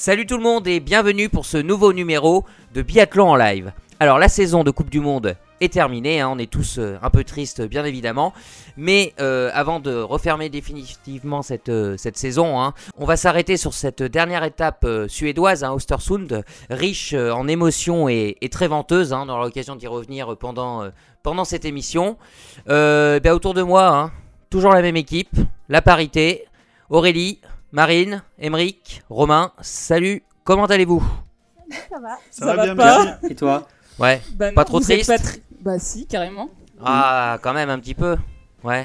Salut tout le monde et bienvenue pour ce nouveau numéro de Biathlon en live. Alors la saison de Coupe du Monde est terminée, on est tous un peu tristes bien évidemment. Mais avant de refermer définitivement cette saison, on va s'arrêter sur cette dernière étape suédoise, Östersund, riche en émotions et très venteuse. On aura l'occasion d'y revenir pendant cette émission. Autour de moi, toujours la même équipe, la parité, Aurélie, Marine, Émeric, Romain, salut, comment allez-vous ? Ça va bien, merci. Et toi ? Ouais, non, pas trop triste ? Bah si, carrément. Ah, quand même un petit peu. Ouais.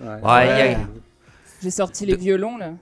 J'ai sorti les violons là.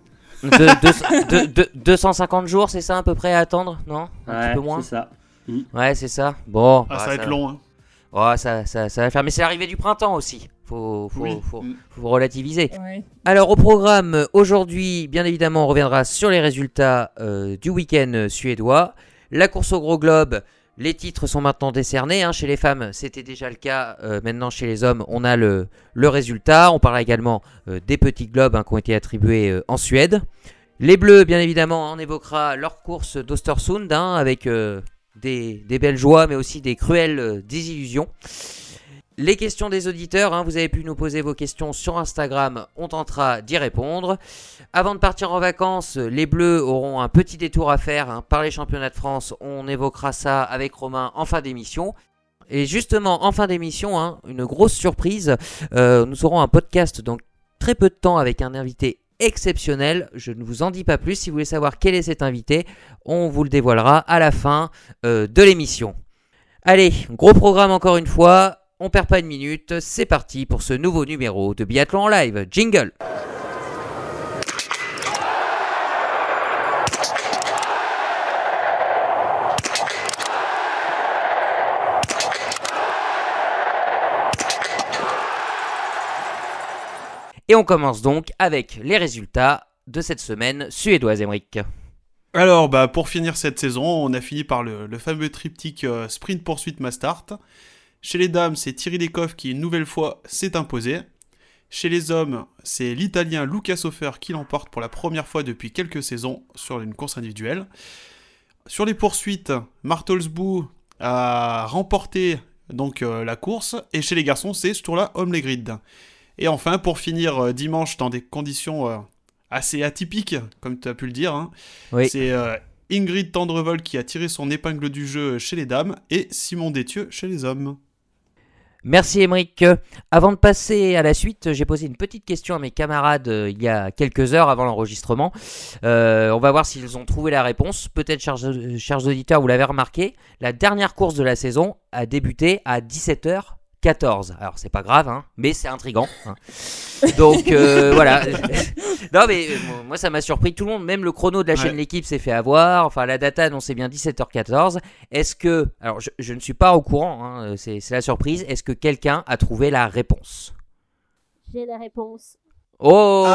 250 jours, c'est ça à peu près à attendre, non ? Un petit peu moins ? C'est ça. Ouais, c'est ça. Bon. Ça va être long. Ça va faire. Mais c'est l'arrivée du printemps aussi. Faut relativiser. Ouais. Alors au programme aujourd'hui, bien évidemment, on reviendra sur les résultats du week-end suédois. La course au gros globe, les titres sont maintenant décernés. Chez les femmes, c'était déjà le cas. Maintenant, chez les hommes, on a le résultat. On parlera également des petits globes qui ont été attribués en Suède. Les Bleus, bien évidemment, on évoquera leur course d'Östersund avec des belles joies, mais aussi des cruelles désillusions. Les questions des auditeurs, vous avez pu nous poser vos questions sur Instagram, on tentera d'y répondre. Avant de partir en vacances, les Bleus auront un petit détour à faire par les championnats de France. On évoquera ça avec Romain en fin d'émission. Et justement, en fin d'émission, une grosse surprise, nous aurons un podcast dans très peu de temps avec un invité exceptionnel. Je ne vous en dis pas plus. Si vous voulez savoir quel est cet invité, on vous le dévoilera à la fin de l'émission. Allez, gros programme encore une fois. On perd pas une minute, c'est parti pour ce nouveau numéro de Biathlon en live. Jingle. Et on commence donc avec les résultats de cette semaine suédoise, Émeric. Alors, pour finir cette saison, on a fini par le fameux triptyque sprint poursuite mass start. Chez les dames, c'est Thierry Lecoff qui, une nouvelle fois, s'est imposé. Chez les hommes, c'est l'Italien Luca Sofer qui l'emporte pour la première fois depuis quelques saisons sur une course individuelle. Sur les poursuites, Martolsbu a remporté donc la course. Et chez les garçons, c'est ce tour-là Holmlegrid. Et enfin, pour finir dimanche dans des conditions assez atypiques, comme tu as pu le dire, oui. C'est Ingrid Tendrevol qui a tiré son épingle du jeu chez les dames et Simon Détieux chez les hommes. Merci Émeric. Avant de passer à la suite, j'ai posé une petite question à mes camarades il y a quelques heures avant l'enregistrement. On va voir s'ils ont trouvé la réponse. Peut-être, chers auditeurs, vous l'avez remarqué, la dernière course de la saison a débuté à 17h14. Alors c'est pas grave, mais c'est intriguant. Donc voilà. Non mais moi ça m'a surpris, tout le monde, même le chrono de la chaîne L'équipe s'est fait avoir. Enfin la data annonçait bien 17h14. Est-ce que, alors je ne suis pas au courant, c'est la surprise. Est-ce que quelqu'un a trouvé la réponse ? J'ai la réponse. Oh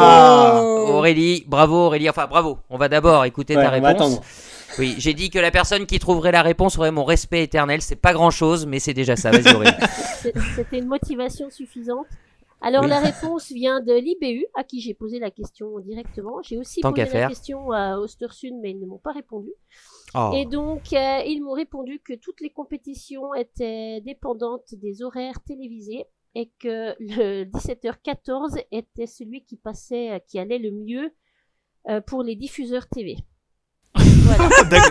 Aurélie, bravo Aurélie. Enfin bravo. On va d'abord écouter ta réponse. On va attendre. Oui, j'ai dit que la personne qui trouverait la réponse aurait mon respect éternel. C'est pas grand chose, mais c'est déjà ça. Vas-y Aurélie. C'était une motivation suffisante. Alors la réponse vient de l'IBU, à qui j'ai posé la question directement. J'ai aussi posé la question à Östersund, mais ils ne m'ont pas répondu. Oh. Et donc ils m'ont répondu que toutes les compétitions étaient dépendantes des horaires télévisés et que le 17h14 était celui qui allait le mieux pour les diffuseurs TV. Voilà.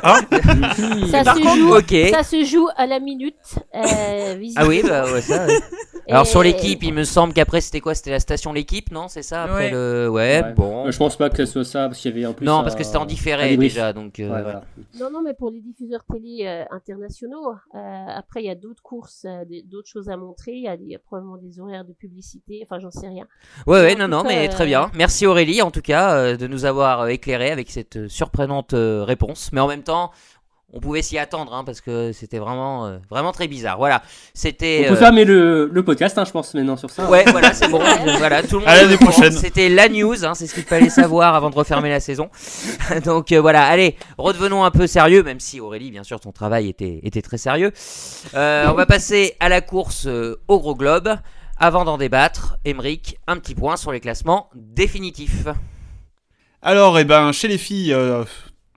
Ça se joue à la minute. Ah oui, ça. Ouais. Alors sur l'équipe, il me semble qu'après c'était quoi ? C'était la station L'équipe, non ? C'est ça après bon. Je pense pas que ce soit ça parce qu'il y avait en plus. Non, parce que c'était en différé déjà, donc. Voilà. Non, mais pour les diffuseurs télé internationaux, après il y a d'autres courses, d'autres choses à montrer. Il y a probablement des horaires de publicité. Enfin, j'en sais rien. Mais très bien. Merci Aurélie en tout cas de nous avoir éclairé avec cette surprenante réponse. Mais en même temps, on pouvait s'y attendre parce que c'était vraiment très bizarre. Voilà, c'était. On peut fermer le podcast, je pense maintenant sur ça. Ouais, voilà, c'est bon. Voilà, tout le monde. À l'année prochaine. C'était la news, c'est ce qu'il fallait savoir avant de refermer la saison. Donc voilà, allez, redevenons un peu sérieux, même si Aurélie, bien sûr, ton travail était très sérieux. On va passer à la course au gros globe. Avant d'en débattre, Émeric, un petit point sur les classements définitifs. Alors, chez les filles,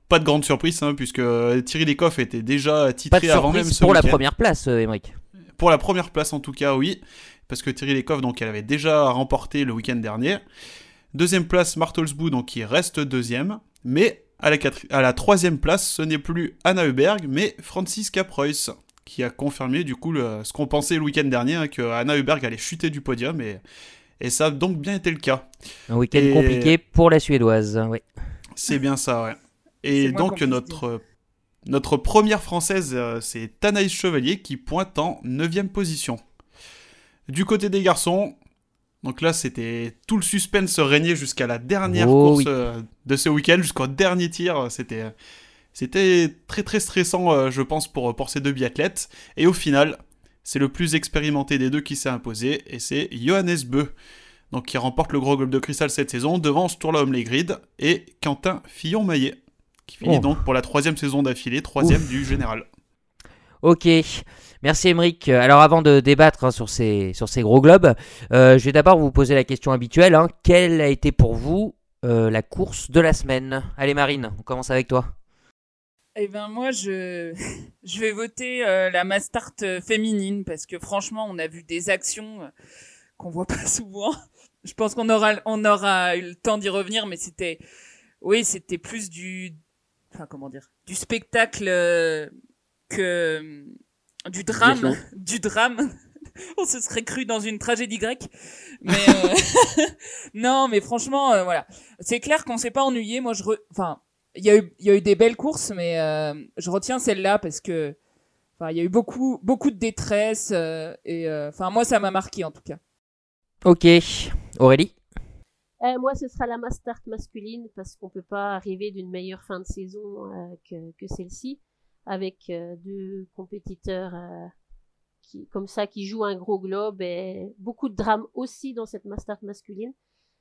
pas de grande surprise, puisque Thierry Lecoff était déjà titré avant même ce pour week-end. La première place, Émeric. Pour la première place en tout cas, oui, parce que Thierry Lecoff, donc, elle avait déjà remporté le week-end dernier. Deuxième place, Martelsbou, donc qui reste deuxième, mais à la troisième place, ce n'est plus Anna Heuberg, mais Franziska Preuss, qui a confirmé du coup ce qu'on pensait le week-end dernier, que Anna Heuberg allait chuter du podium, et ça a donc bien été le cas. Un week-end compliqué pour la Suédoise, oui. C'est bien ça, ouais. Et donc notre première française, c'est Anaïs Chevalier qui pointe en 9e position. Du côté des garçons, donc là c'était tout le suspense régnait jusqu'à la dernière course de ce week-end, jusqu'au dernier tir. C'était très très stressant, je pense, pour ces deux biathlètes. Et au final, c'est le plus expérimenté des deux qui s'est imposé, et c'est Johannes Bö, donc qui remporte le Gros Globe de Cristal cette saison devant Sturla Holmlegrid et Quentin Fillon-Maillet, qui finit donc pour la 3e saison d'affilée, 3e du général. Ok, merci Émeric. Alors avant de débattre sur ces Gros Globes, je vais d'abord vous poser la question habituelle. Quelle a été pour vous la course de la semaine ? Allez Marine, on commence avec toi. Eh ben moi je vais voter la Mastart féminine parce que franchement on a vu des actions qu'on voit pas souvent. Je pense qu'on aura eu le temps d'y revenir, mais c'était plus du spectacle que du drame. On se serait cru dans une tragédie grecque. Mais non, mais franchement voilà, c'est clair qu'on s'est pas ennuyé. Moi il y a eu des belles courses, mais je retiens celle-là parce que il y a eu beaucoup de détresse moi ça m'a marqué en tout cas. Ok, Aurélie. Moi, ce sera la Mastart masculine parce qu'on peut pas arriver d'une meilleure fin de saison que celle-ci, avec deux compétiteurs qui jouent un gros globe et beaucoup de drame aussi dans cette Mastart masculine.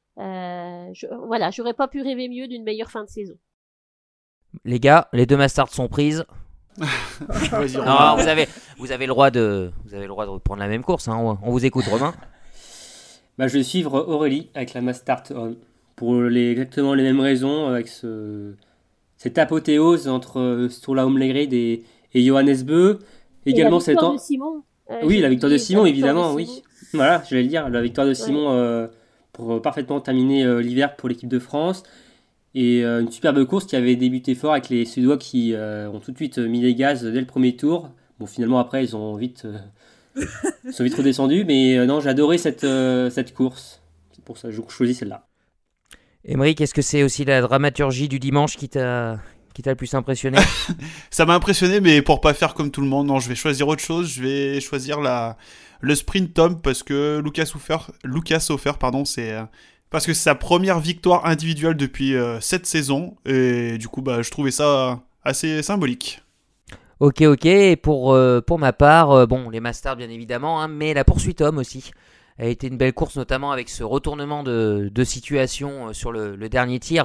J'aurais pas pu rêver mieux d'une meilleure fin de saison. Les gars, les deux Mastarts sont prises. Non, vous avez le droit de prendre la même course. On vous écoute, Romain. Je vais suivre Aurélie avec la Mastart pour exactement les mêmes raisons, avec cette apothéose entre Sturla Holmlegrid et Johannes Bö. Également la victoire de Simon. La victoire de Simon, évidemment, oui. Voilà, je vais le dire, la victoire de Simon pour parfaitement terminer l'hiver pour l'équipe de France. Et une superbe course qui avait débuté fort avec les Suédois qui ont tout de suite mis les gaz dès le premier tour. Bon, finalement, après, ils sont vite redescendus. Mais non, j'ai adoré cette course. C'est pour ça que je choisis celle-là. Émeric, est-ce que c'est aussi la dramaturgie du dimanche qui t'a le plus impressionné ? Ça m'a impressionné, mais pour pas faire comme tout le monde, non, je vais choisir autre chose. Je vais choisir le sprint Tom parce que Lucas Hofer, parce que c'est sa première victoire individuelle depuis cette saison, et du coup, je trouvais ça assez symbolique. Ok, et pour ma part, les Masters bien évidemment, mais la poursuite homme aussi a été une belle course, notamment avec ce retournement de situation sur le dernier tir,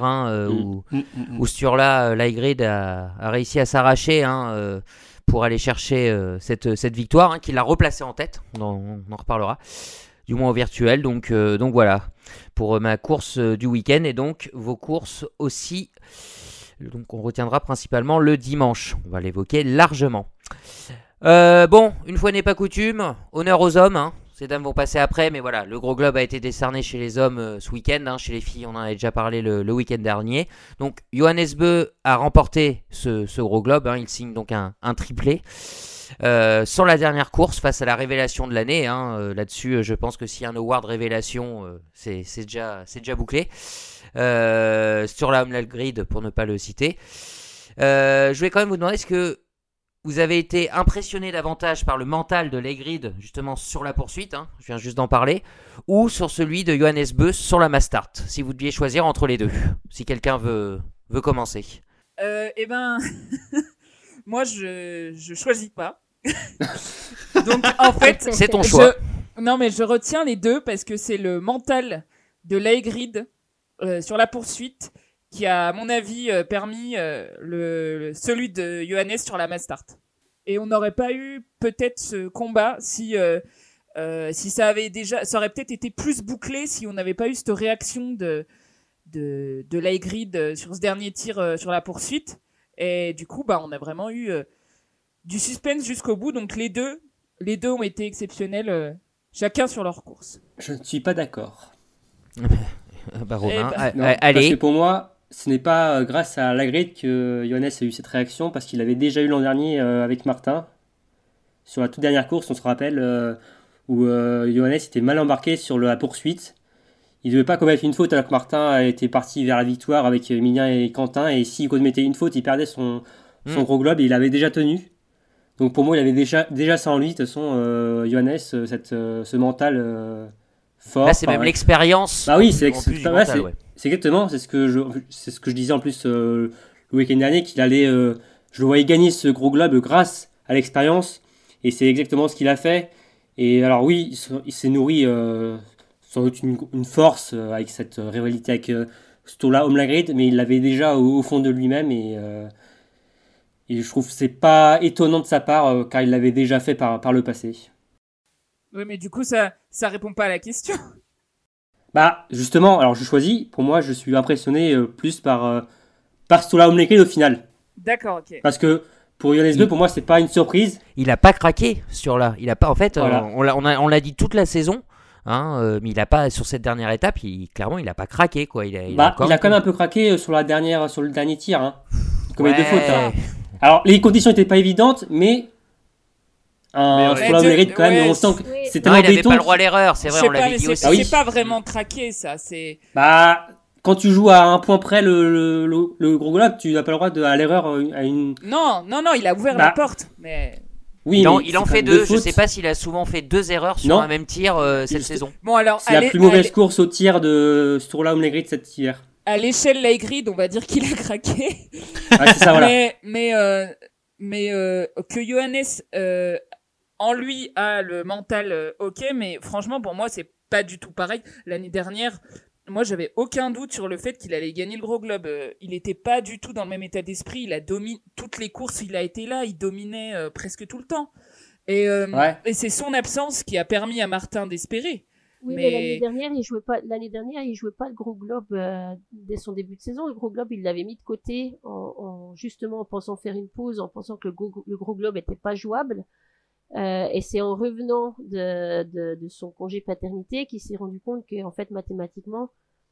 où Sturla Holmlegrid a réussi à s'arracher pour aller chercher cette victoire, qui l'a replacée en tête, on en reparlera, du moins au virtuel, donc voilà, pour ma course du week-end, et donc vos courses aussi. Donc on retiendra principalement le dimanche, on va l'évoquer largement. Une fois n'est pas coutume, honneur aux hommes, ces dames vont passer après, mais voilà, le Gros Globe a été décerné chez les hommes ce week-end, chez les filles on en avait déjà parlé le week-end dernier. Donc Johannes Bö a remporté ce Gros Globe, il signe donc un triplé. Sur la dernière course face à la révélation de l'année, là-dessus je pense que s'il y a un award révélation, c'est déjà bouclé. Sturla Holmlegrid pour ne pas le citer. Je vais quand même vous demander, est-ce que vous avez été impressionné davantage par le mental de Holmlegrid justement sur la poursuite, je viens juste d'en parler, ou sur celui de Johannes Bö sur la Mastart, si vous deviez choisir entre les deux, si quelqu'un veut commencer. Moi je choisis pas. Donc en fait c'est ton choix. Non mais je retiens les deux parce que c'est le mental de Holmlegrid sur la poursuite qui a à mon avis permis celui de Johannes sur la Mastart. Et on n'aurait pas eu peut-être ce combat si ça aurait peut-être été plus bouclé si on n'avait pas eu cette réaction de Holmlegrid sur ce dernier tir sur la poursuite. Et du coup, on a vraiment eu du suspense jusqu'au bout. Donc les deux ont été exceptionnels, chacun sur leur course. Je ne suis pas d'accord. Romain, non, allez. Parce que pour moi, ce n'est pas grâce à Lagrid que Johannes a eu cette réaction, parce qu'il avait déjà eu l'an dernier avec Martin. Sur la toute dernière course, on se rappelle, où Johannes était mal embarqué sur la poursuite. Il ne devait pas commettre une faute alors que Martin était parti vers la victoire avec Emilien et Quentin. Et s'il commettait une faute, il perdait son gros globe et il avait déjà tenu. Donc pour moi, il avait déjà ça en lui. De toute façon, Johannes, ce mental fort. Là, c'est même l'expérience. Bah oui, c'est exactement. C'est ce que je disais en plus le week-end dernier, qu'il allait. Je le voyais gagner ce gros globe grâce à l'expérience. Et c'est exactement ce qu'il a fait. Et alors oui, il s'est nourri sans doute une force avec cette rivalité avec Sturla Holmgren, mais il l'avait déjà au fond de lui-même. Et je trouve que c'est pas étonnant de sa part, car il l'avait déjà fait par le passé. Oui, mais du coup, ça répond pas à la question. Bah, justement, alors je choisis. Pour moi, je suis impressionné plus par Sturla Holmgren au final. D'accord, ok. Parce que pour Johannes 2, pour moi, c'est pas une surprise. Il a pas craqué sur là. Il a pas. En fait, voilà. On l'a dit toute la saison. Mais il a pas, sur cette dernière étape, clairement, il a pas craqué, quoi. Il a quand même un peu craqué sur le dernier tir. Hein. Il commet 2 fautes. Hein. Alors, les conditions n'étaient pas évidentes, mais sur la mérite quand même, on sent que c'est tellement béton. Il n'avait pas le droit à l'erreur, c'est vrai, on l'avait dit aussi. C'est pas vraiment craqué, ça. C'est. Bah, quand tu joues à un point près le gros globe, tu n'as pas le droit à l'erreur à une. Non, il a ouvert la porte, mais. Oui, il en fait 2. Je sais pas s'il a souvent fait 2 erreurs sur un même tir cette saison. Bon, alors, c'est la plus mauvaise course au tir de Sturla Holmgren cet hiver. À l'échelle Lagrid, on va dire qu'il a craqué. C'est ça, voilà. mais que Johannes en lui a le mental ok, mais franchement pour moi c'est pas du tout pareil. L'année dernière, moi j'avais aucun doute sur le fait qu'il allait gagner le gros globe. Il était pas du tout dans le même état d'esprit. Il a dominé toutes les courses, il a été là, il dominait presque tout le temps. Et c'est son absence qui a permis à Martin d'espérer. Oui, mais l'année dernière, il jouait pas le gros globe dès son début de saison. Le gros globe, il l'avait mis de côté justement en pensant faire une pause, en pensant que le gros globe était pas jouable. Et c'est en revenant de son congé paternité qu'il s'est rendu compte qu'en fait, mathématiquement,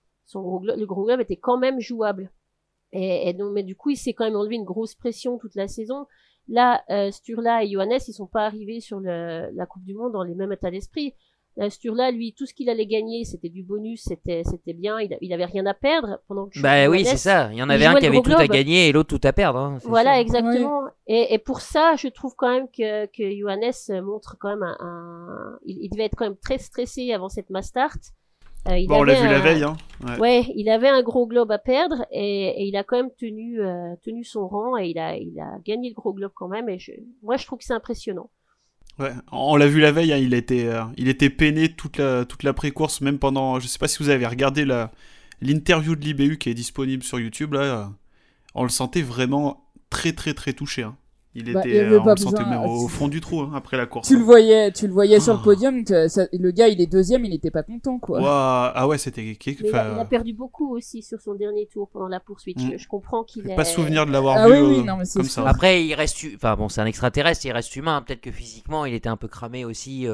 le gros globe était quand même jouable. Et donc, mais du coup, il s'est quand même enlevé une grosse pression toute la saison. Là, Sturla et Johannes, ils sont pas arrivés sur la Coupe du Monde dans les mêmes états d'esprit. Sturla, lui, tout ce qu'il allait gagner, c'était du bonus, c'était bien, il avait rien à perdre pendant que oui, c'est ça. Il y en avait un qui avait tout à gagner et l'autre tout à perdre. Hein, voilà, exactement. Oui. Et pour ça, je trouve quand même que Johannes montre quand même il devait être quand même très stressé avant cette Mastart. On l'a vu la veille. Hein. Ouais, il avait un gros globe à perdre et il a quand même tenu son rang et il a gagné le gros globe quand même. Et moi, je trouve que c'est impressionnant. Ouais, on l'a vu la veille, hein, il était peiné toute la pré-course, même pendant, je sais pas si vous avez regardé l'interview de l'IBU qui est disponible sur YouTube, là, on le sentait vraiment très très très touché. Hein. On le sentait même au fond du trou après la course. Tu le voyais sur le podium, le gars il est deuxième, il n'était pas content quoi. Ah ouais, c'était. Il a perdu beaucoup aussi sur son dernier tour pendant la poursuite. Je comprends qu'il ait. Pas souvenir de l'avoir vu non, mais comme ça. Après, il reste, c'est un extraterrestre, il reste humain. Peut-être que physiquement, il était un peu cramé aussi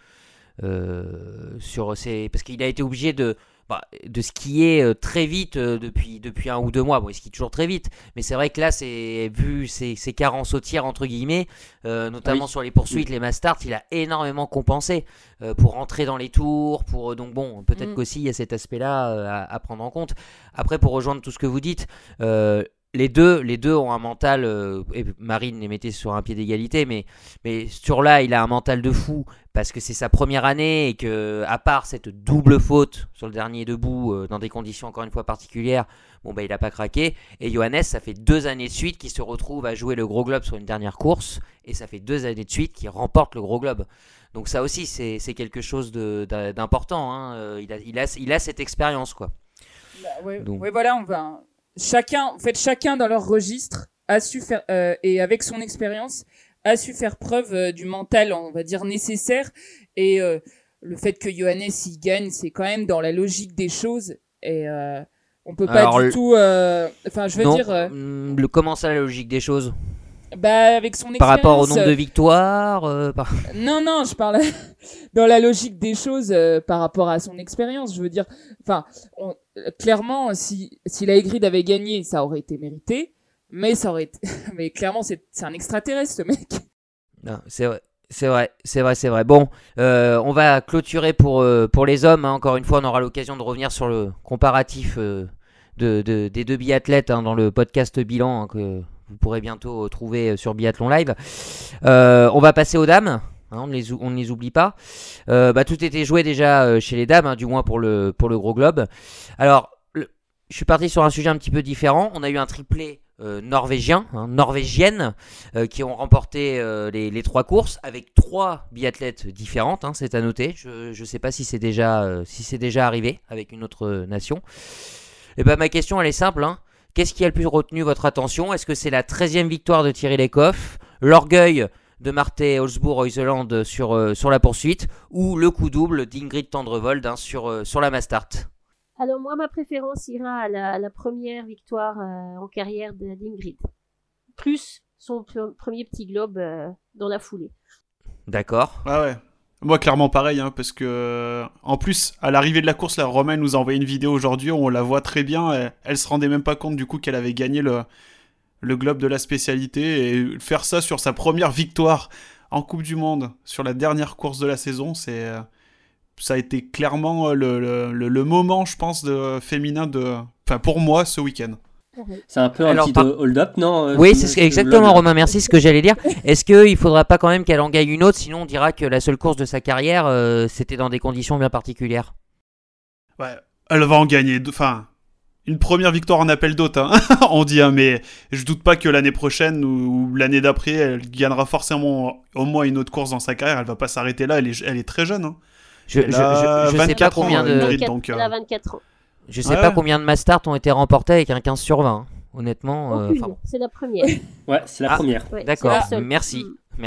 parce qu'il a été obligé de skier très vite depuis 1 ou 2 mois. Bon, il skie toujours très vite, mais c'est vrai que là, vu ses carences au tir entre guillemets, notamment sur les poursuites, les Mastart, il a énormément compensé pour rentrer dans les tours. Donc bon, peut-être qu'aussi il y a cet aspect-là à prendre en compte. Après, pour rejoindre tout ce que vous dites. Les deux ont un mental, et Marine les mettait sur un pied d'égalité, mais Sturla, il a un mental de fou parce que c'est sa première année et que, à part cette double faute sur le dernier debout, dans des conditions encore une fois particulières, il a pas craqué. Et Johannes, ça fait 2 années de suite qu'il se retrouve à jouer le gros globe sur une dernière course, et ça fait 2 années de suite qu'il remporte le gros globe. Donc ça aussi, c'est quelque chose d'important. Hein. Il a cette expérience, quoi. Voilà, on va. Chacun dans leur registre a su faire, et avec son expérience, a su faire preuve du mental, on va dire, nécessaire. Et le fait que Johannes y gagne, c'est quand même dans la logique des choses. Et On peut pas du tout. Enfin, je veux non, dire. Comment ça, la logique des choses? Bah, avec son expérience. Par rapport au nombre de victoires Non, je parle dans la logique des choses par rapport à son expérience. Je veux dire, enfin, clairement, si la Ygritte avait gagné, ça aurait été mérité, mais mais clairement, c'est un extraterrestre, ce mec. Non, c'est vrai. Bon, on va clôturer pour les hommes. Hein. Encore une fois, on aura l'occasion de revenir sur le comparatif des deux biathlètes dans le podcast bilan que vous pourrez bientôt trouver sur Biathlon Live. On va passer aux dames. On ne les oublie pas. Tout était joué déjà chez les dames, du moins pour le gros globe. Alors, je suis parti sur un sujet un petit peu différent. On a eu un triplé norvégienne, qui ont remporté les 3 courses avec 3 biathlètes différentes. C'est à noter. Je ne sais pas si c'est déjà arrivé avec une autre nation. Et ma question, elle est simple. Qu'est-ce qui a le plus retenu votre attention? Est-ce que c'est la 13e victoire de Thierry Lecoff, l'orgueil de Marte Olsbourg-Oyseland sur la poursuite, ou le coup double d'Ingrid Tendrevold sur la Mastart? Alors moi, ma préférence ira à la première victoire en carrière d'Ingrid, plus son premier petit globe dans la foulée. D'accord. Ah ouais. Moi, clairement pareil, parce que en plus, à l'arrivée de la course, la Romain nous a envoyé une vidéo aujourd'hui où on la voit très bien. Elle se rendait même pas compte du coup qu'elle avait gagné le globe de la spécialité, et faire ça sur sa première victoire en Coupe du Monde sur la dernière course de la saison, ça a été clairement le moment, je pense, féminin pour moi ce week-end. C'est un peu un petit hold-up, non? Oui, c'est exactement, Romain, merci, ce que j'allais dire. Est-ce qu'il ne faudra pas quand même qu'elle en gagne une autre, sinon on dira que la seule course de sa carrière, c'était dans des conditions bien particulières? Ouais, elle va en gagner, une première victoire en appel d'hôte, on dit, mais je doute pas que l'année prochaine ou l'année d'après, elle gagnera forcément au moins une autre course dans sa carrière. Elle va pas s'arrêter là, elle est très jeune. Je sais pas combien de... Elle a 24 ans. Je sais pas combien de Mastart ont été remportés avec un 15 sur 20. Honnêtement, c'est la première. Ouais, c'est la première. Ouais, d'accord, merci.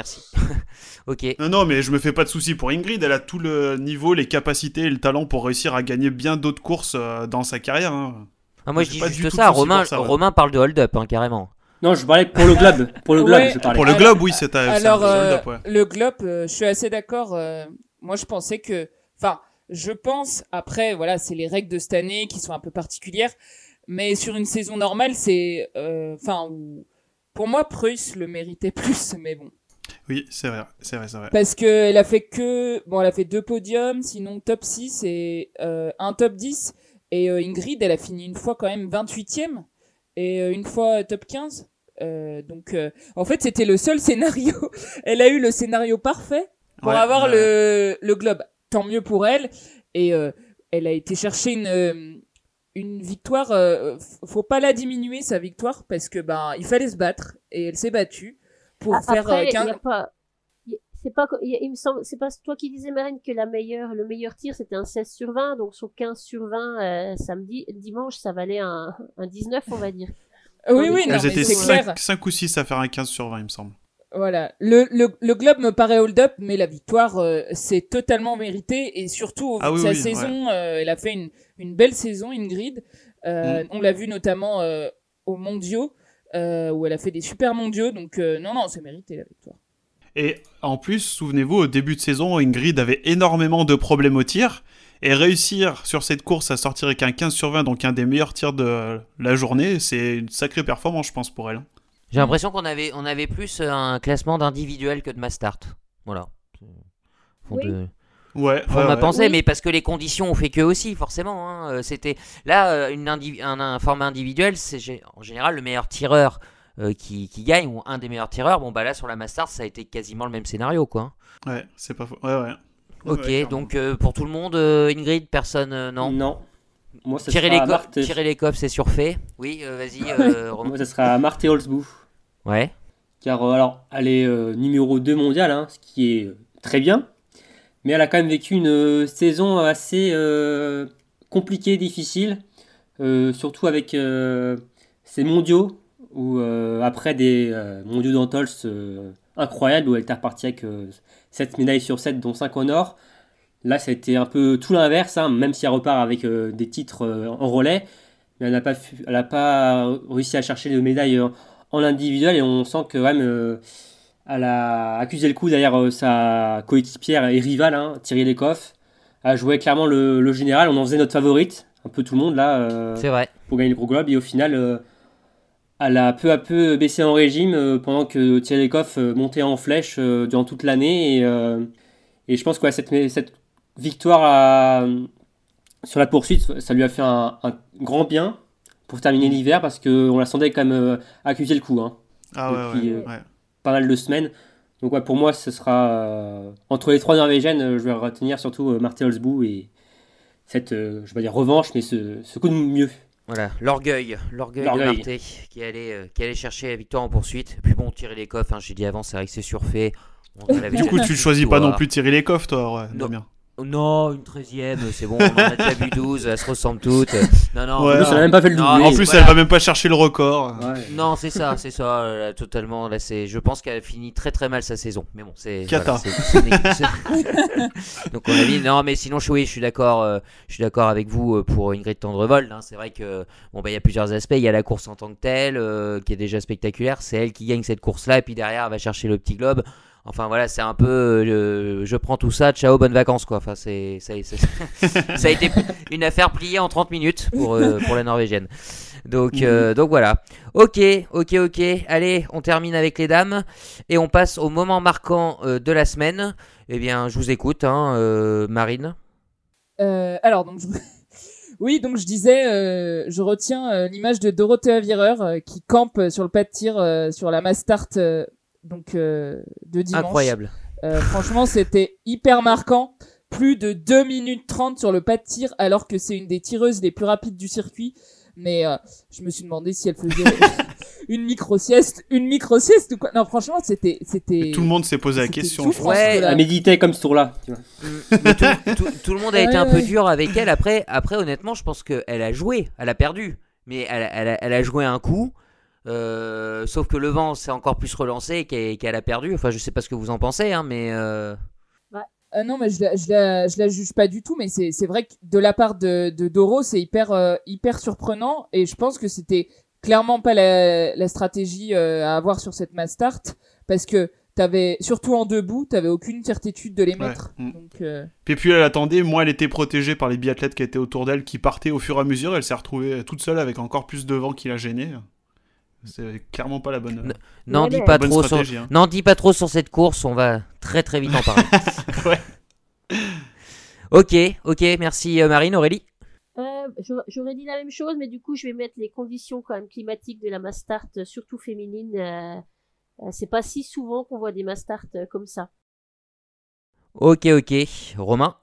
Ok. Non, mais je me fais pas de soucis pour Ingrid. Elle a tout le niveau, les capacités et le talent pour réussir à gagner bien d'autres courses dans sa carrière. Moi, je dis juste ça. Romain parle de hold-up, carrément. Non, je parlais pour le globe. Pour le globe, je parlais. Pour le globe, oui, c'est alors, hold-up, ouais. Le globe, je suis assez d'accord. Moi, je pensais que... je pense, après, voilà, c'est les règles de cette année qui sont un peu particulières, mais sur une saison normale, c'est... pour moi, Prusse le méritait plus, mais bon. Oui, c'est vrai. Parce qu'elle a fait elle a fait 2 podiums, sinon top 6 et un top 10. Et Ingrid, elle a fini une fois quand même 28e et une fois top 15. Donc, en fait, c'était le seul scénario. Elle a eu le scénario parfait pour avoir le globe. Tant mieux pour elle. Et elle a été chercher une victoire. Faut pas la diminuer, sa victoire, parce que il fallait se battre. Et elle s'est battue pour faire... il me semble, c'est pas toi qui disais, Marine, que le meilleur tir c'était un 16 sur 20, donc son 15 sur 20 dimanche ça valait un 19, on va dire. Oui, non, elles étaient c'est clair. 5 ou 6 à faire un 15 sur 20, il me semble. Voilà, le globe me paraît hold-up, mais la victoire c'est totalement mérité, et surtout au vu de sa saison, elle a fait une belle saison, Ingrid. On l'a vu notamment aux mondiaux, où elle a fait des super mondiaux, donc non, c'est mérité la victoire. Et en plus, souvenez-vous, au début de saison, Ingrid avait énormément de problèmes au tir, et réussir sur cette course à sortir avec un 15 sur 20, donc un des meilleurs tirs de la journée, c'est une sacrée performance, je pense, pour elle. J'ai l'impression qu'on avait plus un classement d'individuel que de Mastart. Voilà. On m'a pensé, mais parce que les conditions ont fait que aussi, forcément. C'était là un format individuel, c'est en général le meilleur tireur qui gagne, ou un des meilleurs tireurs. Bon, là sur la Mastart, ça a été quasiment le même scénario, quoi. Ouais, c'est pas faux. Ouais. Ok, donc pour tout le monde, Ingrid, personne, non. Non. Moi, ça tirer les coffres, c'est surfait. Oui, vas-y, Romain. Moi, ça sera Marte Olsbourg. Ouais. Car alors, elle est numéro 2 mondial, ce qui est très bien. Mais elle a quand même vécu une saison assez compliquée, difficile. Surtout avec ses mondiaux, où après des mondiaux d'Antols incroyables, où elle était repartie avec 7 médailles sur 7, dont 5 en or. Là, ça a été un peu tout l'inverse, même si elle repart avec des titres en relais. mais elle n'a pas réussi à chercher de médaille en individuel, et on sent que même elle a accusé le coup derrière sa coéquipière et rivale, Thierry Lecoff. Elle jouait clairement le général, on en faisait notre favorite, un peu tout le monde là, c'est vrai, pour gagner le Gros Globe, et au final elle a peu à peu baissé en régime pendant que Thierry Lecoff montait en flèche durant toute l'année, et je pense que cette victoire sur la poursuite, ça lui a fait un grand bien pour terminer l'hiver, parce qu'on la sentait quand même accuser le coup depuis pas mal de semaines. Donc pour moi, ce sera entre les 3 Norvégiennes, je vais retenir surtout Marthe Olsbu et cette, je vais pas dire revanche, mais ce coup de mieux. Voilà, l'orgueil de Marthe qui allait chercher la victoire en poursuite. Puis bon, Thierry Lecoff, j'ai dit avant, c'est vrai que c'est surfait. Du coup, tu ne choisis pas non plus Thierry Lecoff, toi, Damien? Non, une 13e, c'est bon, on en a déjà vu 12, elles se ressemblent toutes. Non. Ouais, elle n'a même pas fait le doublé. En plus, elle va même pas chercher le record. Ouais. Non, c'est ça, totalement. Là, je pense qu'elle a fini très très mal sa saison. Mais bon, c'est. Cata. Donc on a dit, non, mais sinon, je suis d'accord avec vous pour Ingrid Tendrevold. C'est vrai que il y a plusieurs aspects. Il y a la course en tant que telle, qui est déjà spectaculaire. C'est elle qui gagne cette course-là, et puis derrière, elle va chercher le petit globe. Enfin voilà, c'est un peu je prends tout ça, ciao, bonnes vacances quoi. Enfin ça a été une affaire pliée en 30 minutes pour la Norvégienne. Donc voilà. OK. Allez, on termine avec les dames et on passe au moment marquant de la semaine. Eh bien, je vous écoute Marine. Alors donc oui, donc je disais je retiens l'image de Dorothea Virer qui campe sur le pas de tir sur la Mastart de dimanche. Incroyable. Franchement, c'était hyper marquant. Plus de 2 minutes 30 sur le pas de tir, alors que c'est une des tireuses les plus rapides du circuit. Mais je me suis demandé si elle faisait une micro-sieste ou quoi. Non, franchement, c'était... Tout le monde s'est posé la question. Elle méditait comme ce tour-là. Tu vois. Mais tout le monde a été un peu dur avec elle. Après, honnêtement, je pense qu'elle a joué. Elle a perdu. Mais elle a joué un coup. Sauf que le vent s'est encore plus relancé et qu'elle a perdu. Enfin, je sais pas ce que vous en pensez, mais. Non, mais je la juge pas du tout, mais c'est vrai que de la part de Doro, c'est hyper surprenant, et je pense que c'était clairement pas la stratégie à avoir sur cette Mastart, parce que t'avais, surtout en debout, t'avais aucune certitude de les mettre. Donc, Et puis elle attendait, moi elle était protégée par les biathlètes qui étaient autour d'elle, qui partaient au fur et à mesure. Elle s'est retrouvée toute seule avec encore plus de vent qui la gênait. C'est clairement pas la bonne. N'en dis pas trop n'en dis pas trop sur cette course, on va très très vite en parler. Ouais. Ok, merci Marine. Aurélie. J'aurais dit la même chose, mais du coup je vais mettre les conditions quand même climatiques de la Mastart, surtout féminine. C'est pas si souvent qu'on voit des Mastart comme ça. Ok. Romain.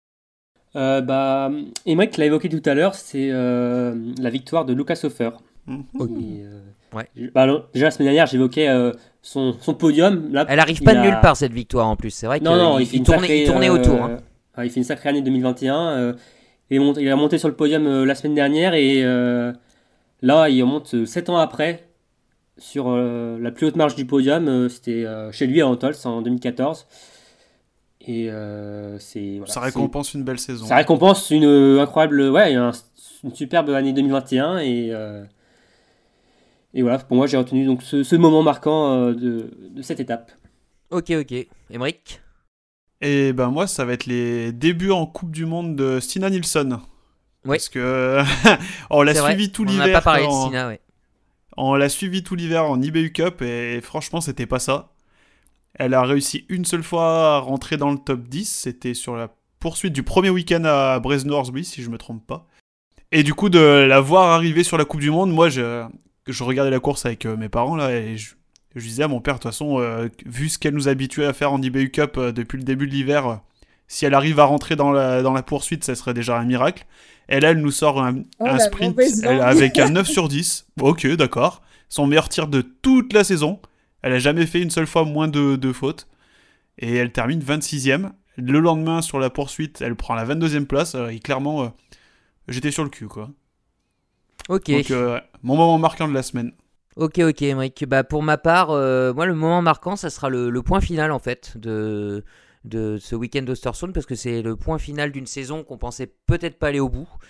Emmerich l'a évoqué tout à l'heure, c'est la victoire de Lucas Hofer. Ouais. Déjà la semaine dernière j'évoquais son podium. Là, elle arrive pas de nulle part cette victoire en plus. C'est vrai qu'il tournait autour. Il fait une sacrée année 2021. Il a monté sur le podium la semaine dernière, et là il remonte 7 ans après sur la plus haute marche du podium. C'était chez lui à Antols en 2014. Et ça récompense une belle saison. Ça récompense une incroyable, une superbe année 2021, et voilà, pour moi j'ai retenu donc ce moment marquant de cette étape. Ok. Emmerich. Et ben moi ça va être les débuts en Coupe du Monde de Stina Nilsson. Oui. Parce que on l'a suivi tout l'hiver. On n'a pas parlé de Stina, ouais. On l'a suivi tout l'hiver en IBU Cup, et franchement c'était pas ça. Elle a réussi une seule fois à rentrer dans le top 10, c'était sur la poursuite du premier week-end à Bresno-Orsby, si je me trompe pas. Et du coup, de la voir arriver sur la Coupe du Monde, moi, je regardais la course avec mes parents, là, et je disais à mon père, de toute façon, vu ce qu'elle nous habituait à faire en IBU Cup depuis le début de l'hiver, si elle arrive à rentrer dans la poursuite, ça serait déjà un miracle. Et là, elle nous sort un sprint avec un 9 sur 10. Ok, d'accord. Son meilleur tir de toute la saison. Elle a jamais fait une seule fois moins de fautes. Et elle termine 26e. Le lendemain, sur la poursuite, elle prend la 22e place. Et clairement, j'étais sur le cul, quoi. Ok. Donc, mon moment marquant de la semaine. Ok, Emmerich. Pour ma part, moi, le moment marquant, ça sera le point final, en fait, de ce week-end d'Östersund, parce que c'est le point final d'une saison qu'on pensait peut-être pas aller au bout.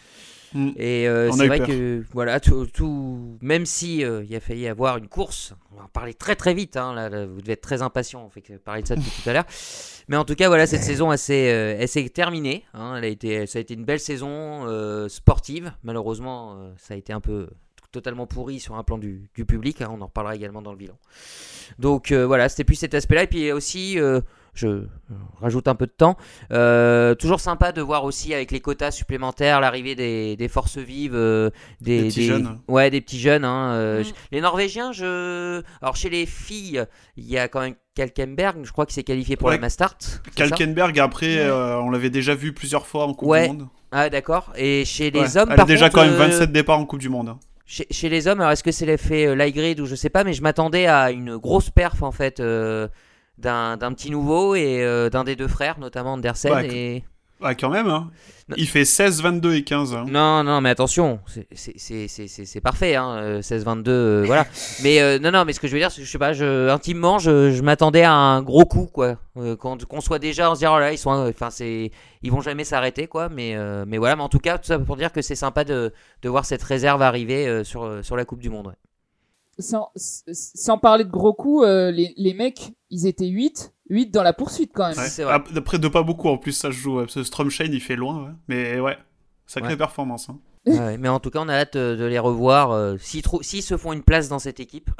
Et c'est vrai que voilà, tout même si il a failli avoir une course, on va en parler très très vite. Là, vous devez être très impatient, on fait parler de ça depuis tout à l'heure. Mais en tout cas, voilà, cette saison, elle s'est terminée. Ça a été une belle saison sportive. Malheureusement, ça a été un peu totalement pourri sur un plan du public. On en reparlera également dans le bilan. Donc voilà, c'était plus cet aspect-là. Et puis aussi, je rajoute un peu de temps. Toujours sympa de voir aussi avec les quotas supplémentaires l'arrivée des forces vives, des petits jeunes. Ouais, des petits jeunes. Les Norvégiens, alors chez les filles, il y a quand même Kalkenberg, je crois qu'il s'est qualifié pour la Mastart. Kalkenberg, après, on l'avait déjà vu plusieurs fois en Coupe du Monde. Ah d'accord. Et chez les hommes, elle a déjà quand même 27 départs en Coupe du Monde. Chez les hommes, alors est-ce que c'est l'effet Lygrid ou je sais pas, mais je m'attendais à une grosse perf en fait d'un petit nouveau et d'un des deux frères, notamment Andersen. Ouais, quand même, hein. Il fait 16, 22 et 15. Hein. Non, mais attention, c'est parfait, 16, 22, voilà. Mais non, mais ce que je veux dire, c'est que je sais pas, intimement, je m'attendais à un gros coup, quoi. Qu'on soit déjà, on se dit, oh là, ils vont jamais s'arrêter, quoi. Mais voilà, mais en tout cas, tout ça pour dire que c'est sympa de voir cette réserve arriver sur la Coupe du Monde. Ouais. Sans parler de gros coups, les mecs, ils étaient 8 dans la poursuite quand même. Ouais. C'est vrai. D'après de pas beaucoup en plus, ça se joue. Parce que Stromschein il fait loin, ouais. Mais ouais, sacrée performance. Hein. Ouais, mais en tout cas, on a hâte de les revoir s'ils se font une place dans cette équipe.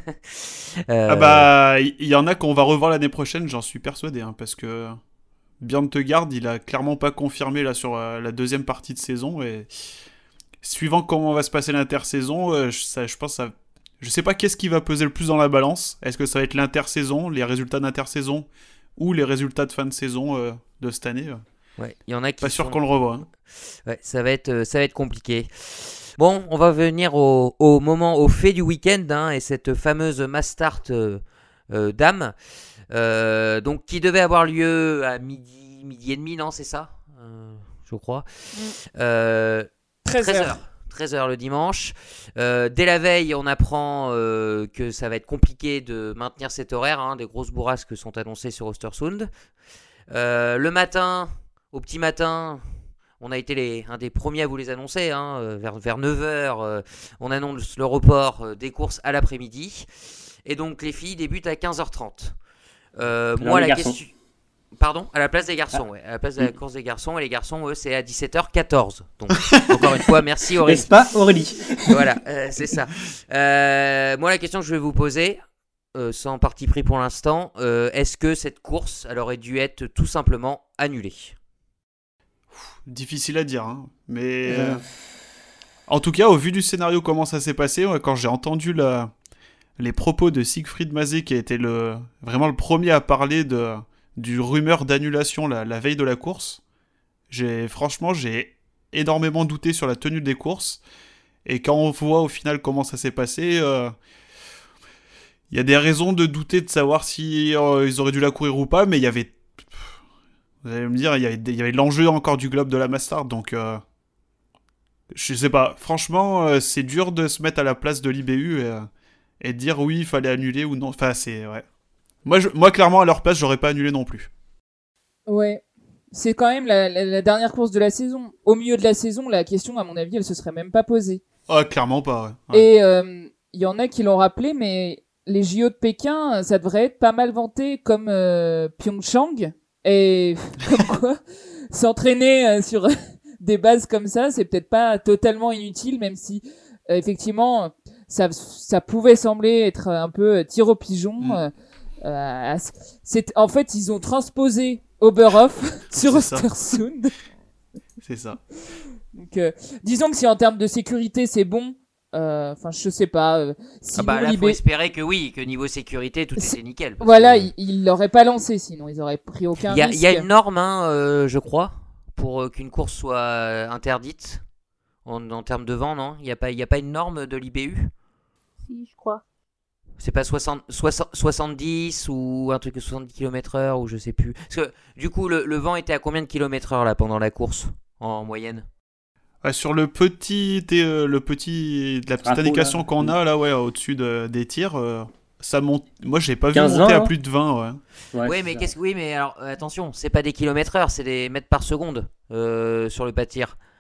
Il y en a qu'on va revoir l'année prochaine, j'en suis persuadé. Parce que Bjørntegard, il a clairement pas confirmé là, sur la deuxième partie de saison. Et suivant comment va se passer l'intersaison, je pense que ça. Je sais pas qu'est-ce qui va peser le plus dans la balance. Est-ce que ça va être l'intersaison, les résultats d'intersaison ou les résultats de fin de saison de cette année Ouais, il y en a qui pas sûr qu'on le revoit. Hein. Ouais, ça va être compliqué. Bon, on va venir au fait du week-end et cette fameuse Mastart Dames, donc qui devait avoir lieu à midi et demi, non, c'est ça, je crois. 13h. 13h le dimanche. Dès la veille, on apprend que ça va être compliqué de maintenir cet horaire. Des grosses bourrasques sont annoncées sur Östersund. Le matin, au petit matin, on a été un des premiers à vous les annoncer. Vers 9h, on annonce le report des courses à l'après-midi. Et donc, les filles débutent à 15h30. Moi, la question... Pardon, à la place des garçons, à la place de la course des garçons, et les garçons, eux, c'est à 17h14. Donc, encore une fois, merci Aurélie. N'est-ce pas, Aurélie? Voilà, c'est ça. Moi, la question que je vais vous poser, sans parti pris pour l'instant, est-ce que cette course, elle aurait dû être tout simplement annulée? Difficile à dire, mais en tout cas, au vu du scénario, comment ça s'est passé, quand j'ai entendu les propos de Siegfried Mazé, qui a été vraiment le premier à parler du rumeur d'annulation la veille de la course, j'ai énormément douté sur la tenue des courses. Et quand on voit au final comment ça s'est passé, il y a des raisons de douter de savoir si ils auraient dû la courir ou pas, mais il y avait... Vous allez me dire, il y avait l'enjeu encore du globe de la Mastart, donc... je sais pas, franchement, c'est dur de se mettre à la place de l'IBU et de dire oui, il fallait annuler ou non. Enfin, c'est... Ouais. Moi, clairement, à leur place, j'aurais pas annulé non plus. Ouais. C'est quand même la dernière course de la saison. Au milieu de la saison, la question, à mon avis, elle se serait même pas posée. Ah, clairement pas, ouais. Et il y en a qui l'ont rappelé, mais les JO de Pékin, ça devrait être pas mal vanté comme Pyeongchang. Et comme quoi, s'entraîner sur des bases comme ça, c'est peut-être pas totalement inutile, même si, effectivement, ça pouvait sembler être un peu tir au pigeon. En fait, ils ont transposé Oberhof sur Östersund. C'est ça. Donc, disons que si en termes de sécurité c'est bon, je sais pas. Là, faut espérer que oui, que niveau sécurité tout était nickel. Voilà, ils l'auraient pas lancé, sinon ils auraient pris aucun risque. Il y a une norme, je crois, pour qu'une course soit interdite en termes de vent, non? Il y a pas une norme de l'IBU? Si, je crois. C'est pas 70 ou un truc de 70 km/h ou je sais plus. Parce que du coup, le vent était à combien de km/h là pendant la course en moyenne? Sur la petite indication qu'on a là, au-dessus des tirs, ça monte. Moi, j'ai pas vu monter à plus de 20. Ouais, mais mais alors attention, c'est pas des km/h, c'est des mètres par seconde sur le pas de tir.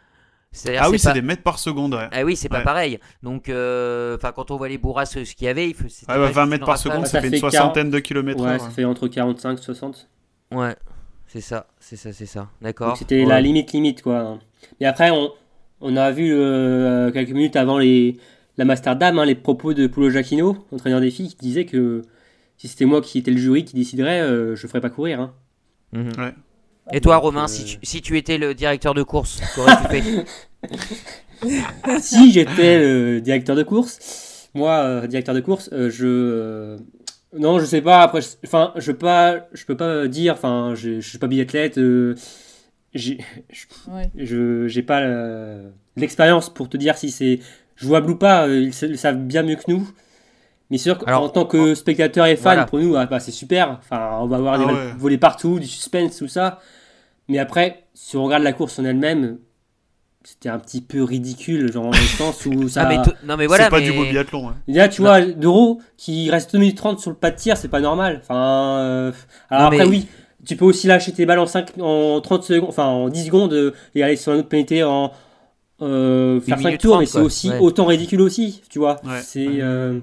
Ah oui, c'est des mètres par seconde. Ouais. Ah oui, c'est pas pareil. Donc, quand on voit les bourrasses, ce qu'il y avait, 20 mètres par seconde, ça fait une soixantaine de kilomètres. Ouais, ça fait entre 45 et 60. Ouais, c'est ça. D'accord. Donc c'était la limite, quoi. Et après, on a vu quelques minutes avant l'Amsterdam, les propos de Paulo Jacquino, entraîneur des filles, qui disait que si c'était moi qui étais le jury qui déciderait, je ferais pas courir. Hein. Ouais. Et toi, Romain, si tu étais le directeur de course, qu'aurais-tu fait? Si j'étais le directeur de course, moi, directeur de course, non, je sais pas. Après, je peux pas dire. Enfin, je suis pas biathlète. J'ai pas l'expérience pour te dire si c'est jouable ou pas. Ils le savent bien mieux que nous. Mais c'est sûr qu'en tant que spectateur et fan, pour nous, c'est super. Enfin, on va avoir des volets partout, du suspense, tout ça. Mais après, si on regarde la course en elle-même, c'était un petit peu ridicule, genre dans le sens où ça. C'est pas du beau biathlon. Hein. Là, tu vois, Deuro qui reste 2 minutes 30 sur le pas de tir, c'est pas normal. Enfin, oui, tu peux aussi lâcher tes balles en 30 secondes, enfin en 10 secondes et aller sur un autre pénalité en faire 5 tours, 30, mais c'est aussi autant ridicule aussi, tu vois. Ouais. C'est.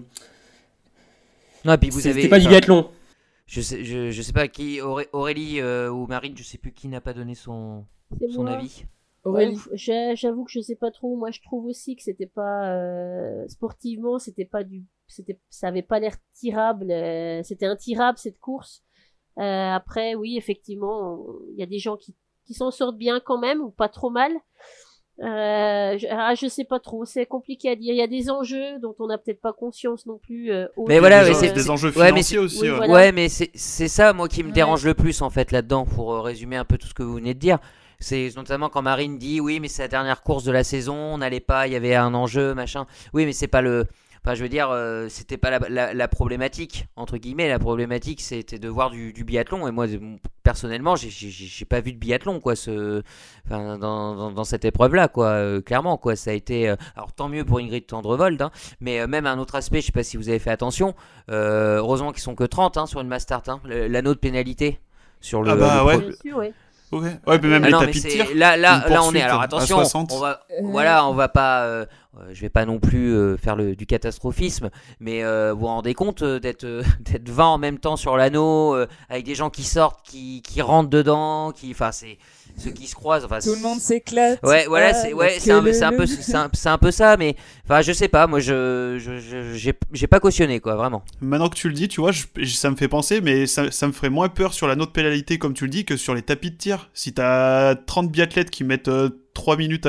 Non, puis c'était pas du biathlon. Je sais pas qui, Aurélie ou Marine, je sais plus qui n'a pas donné son avis. Aurélie. J'avoue que je sais pas trop. Moi, je trouve aussi que c'était pas sportivement, ça avait pas l'air tirable. C'était intirable cette course. Après, oui, effectivement, il y a des gens qui s'en sortent bien quand même ou pas trop mal. Je sais pas trop, c'est compliqué à dire. Il y a des enjeux dont on n'a peut-être pas conscience non plus. Mais voilà, c'est des enjeux financiers aussi. Oui, voilà. Ouais, mais c'est ça, moi, qui me dérange le plus en fait là-dedans, pour résumer un peu tout ce que vous venez de dire. C'est notamment quand Marine dit oui, mais c'est la dernière course de la saison, on n'allait pas, il y avait un enjeu, machin. Oui, mais c'est pas le. Enfin, je veux dire, c'était pas la problématique, entre guillemets. La problématique, c'était de voir du biathlon. Et moi, personnellement, j'ai pas vu de biathlon, quoi, dans cette épreuve-là, quoi. Clairement, quoi. Ça a été. Alors, tant mieux pour Ingrid Tendrevold, hein, mais même un autre aspect, je sais pas si vous avez fait attention. Heureusement qu'ils sont que 30 sur une mass start. L'anneau de pénalité sur le. Ah bah ouais. Bien sûr, ouais. Ouais, mais même les tapis de tir. Là, on est. Alors attention, on va pas. Je vais pas non plus faire du catastrophisme, mais vous vous rendez compte d'être 20 en même temps sur l'anneau, avec des gens qui sortent, qui rentrent dedans, enfin c'est ceux qui se croisent. Enfin, tout le monde s'éclate. Ouais, voilà, c'est un peu ça, mais enfin je sais pas, moi j'ai pas cautionné, quoi, vraiment. Maintenant que tu le dis, tu vois, ça me fait penser, mais ça me ferait moins peur sur la note pénalité, comme tu le dis, que sur les tapis de tir. Si t'as 30 biathlètes qui mettent 1 minute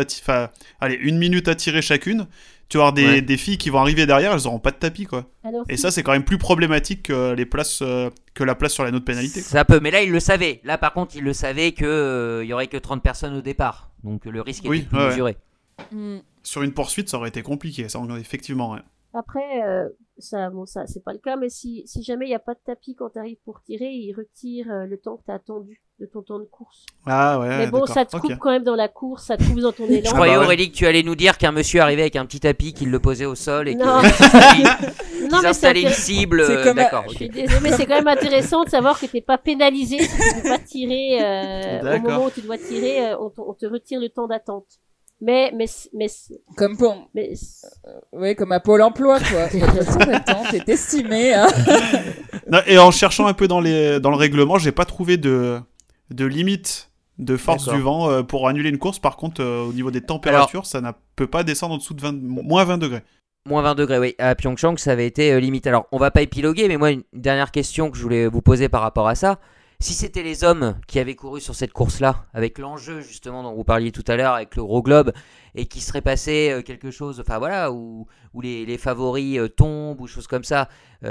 à tirer chacune, tu vas avoir des filles qui vont arriver derrière, elles auront pas de tapis, quoi. Et ça, c'est quand même plus problématique que la place sur la note pénalité, quoi. Ça peut, mais là, ils le savaient. Là, par contre, ils le savaient qu'il y aurait que 30 personnes au départ. Donc, le risque était plus mesuré. Sur une poursuite, ça aurait été compliqué, ça, effectivement. Ouais. Après, ça, c'est pas le cas, mais si jamais il n'y a pas de tapis quand tu arrives pour tirer, ils retirent le temps que tu as attendu de ton temps de course. Ah ouais, mais bon, d'accord. Ça te coupe quand même dans la course, ça te coupe dans ton élan. Je croyais, Aurélie, que tu allais nous dire qu'un monsieur arrivait avec un petit tapis, qu'il le posait au sol et qu'il installait une cible. D'accord. Je suis désolée, mais c'est quand même intéressant de savoir que tu n'es pas pénalisé si tu ne peux pas tirer au moment où tu dois tirer, on te retire le temps d'attente. Mais comme comme à Pôle Emploi, quoi. De toute façon, t'es estimé, hein. Non, et en cherchant un peu dans le règlement, j'ai pas trouvé de limite de force du vent pour annuler une course. Par contre, au niveau des températures, ça ne peut pas descendre en dessous de moins 20 degrés. Moins 20 degrés, oui. À Pyeongchang, ça avait été limite. Alors, on va pas épiloguer, mais moi, une dernière question que je voulais vous poser par rapport à ça. Si c'était les hommes qui avaient couru sur cette course-là, avec l'enjeu justement dont vous parliez tout à l'heure, avec le gros globe, et qu'il serait passé quelque chose, enfin voilà, où les favoris tombent ou choses comme ça,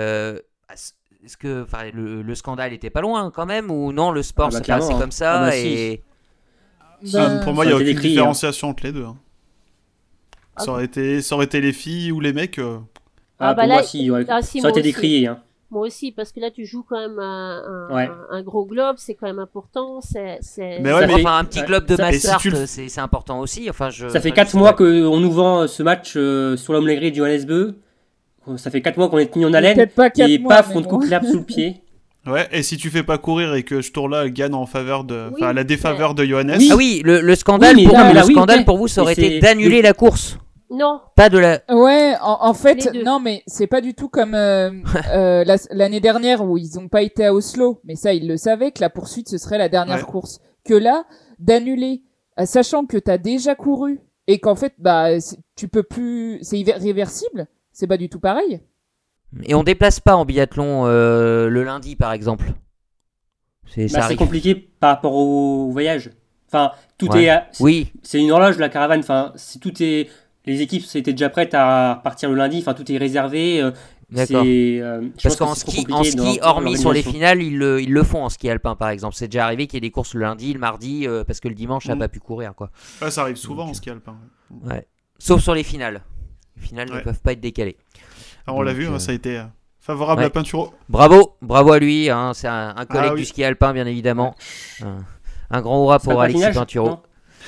est-ce que le scandale était pas loin quand même, ou non, le sport s'est passé comme ça et... Pour moi, il n'y a aucune différenciation entre les deux. Hein. Ça aurait été les filles ou les mecs. Moi, si, ça aurait été décrié. Hein. Moi aussi, parce que là, tu joues quand même un gros globe, c'est quand même important. Un petit globe de master, c'est important aussi. Ça fait 4 mois qu'on nous vend ce match sur l'homme gris de Johannes Beu. Ça fait 4 mois qu'on est tenu en haleine. Et paf, on te coupe l'herbe sous le pied. Ouais, et si tu fais pas courir et que ce tour-là gagne en faveur à la défaveur de Johannes. Ah oui, le scandale, pour vous, ça aurait été d'annuler la course. Non. Pas de la. Ouais, en fait, non, mais c'est pas du tout comme l'année dernière où ils ont pas été à Oslo. Mais ça, ils le savaient que la poursuite, ce serait la dernière course. Que là, d'annuler, sachant que t'as déjà couru et qu'en fait, tu peux plus, c'est irréversible. C'est pas du tout pareil. Et on déplace pas en biathlon le lundi, par exemple. C'est compliqué par rapport au voyage. Enfin, tout est. C'est une horloge, la caravane. Enfin, les équipes étaient déjà prêtes à partir le lundi. Enfin, tout est réservé. D'accord. Parce qu'en ski, hormis sur les finales, ils le font en ski alpin, par exemple. C'est déjà arrivé qu'il y ait des courses le lundi, le mardi, parce que le dimanche, n'a pas pu courir, quoi. Ouais, ça arrive souvent en ski alpin. Ouais. Sauf sur les finales. Les finales ne peuvent pas être décalées. Alors, on l'a vu, ça a été favorable à Pinturo. Bravo à lui. Hein, c'est un collègue du ski alpin, bien évidemment. Un grand hurrah pour Alexis Pinturo.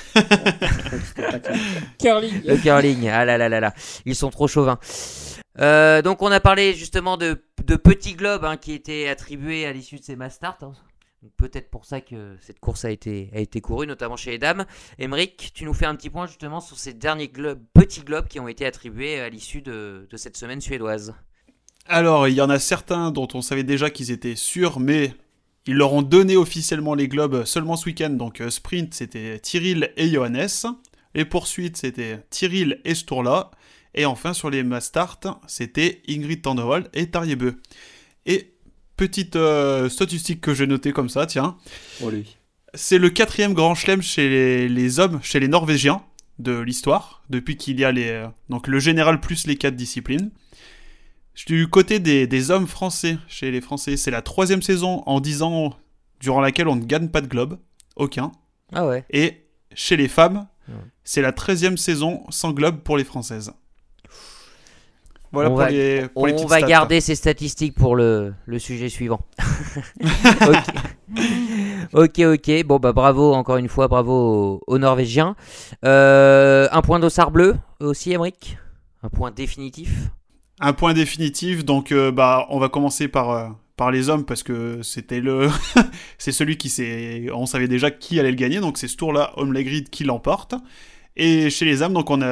Curling. Le curling, ah là, ils sont trop chauvins. Donc on a parlé justement de petits globes qui étaient attribués à l'issue de ces mass start. Donc peut-être pour ça que cette course a été courue, notamment chez les dames. Émeric, tu nous fais un petit point justement sur ces derniers petits globes qui ont été attribués à l'issue de cette semaine suédoise. Alors il y en a certains dont on savait déjà qu'ils étaient sûrs, mais ils leur ont donné officiellement les globes seulement ce week-end. Donc sprint, c'était Tyrrell et Johannes. Les poursuites, c'était Tyrrell et Sturla. Et enfin, sur les mass start, c'était Ingrid Tandewald et Tarjei Bø. Et petite statistique que j'ai notée comme ça, tiens. Oh, lui. C'est le 4e grand chelem chez les hommes, chez les Norvégiens de l'histoire, depuis qu'il y a donc le général plus les 4 disciplines. Du côté des hommes français, chez les Français, c'est la 3e saison en 10 ans durant laquelle on ne gagne pas de globe. Aucun. Ah ouais. Et chez les femmes, c'est la 13e saison sans globe pour les Françaises. Voilà pour les petites va stats. Garder ces statistiques pour le sujet suivant. Ok. Bon, bravo encore une fois, bravo aux Norvégiens. Un point d'Ossard bleu aussi, Émeric. Un point définitif. Un point définitif, donc on va commencer par les hommes parce que c'était c'est celui on savait déjà qui allait le gagner, donc c'est ce tour-là, Holmlegrid qui l'emporte. Et chez les dames,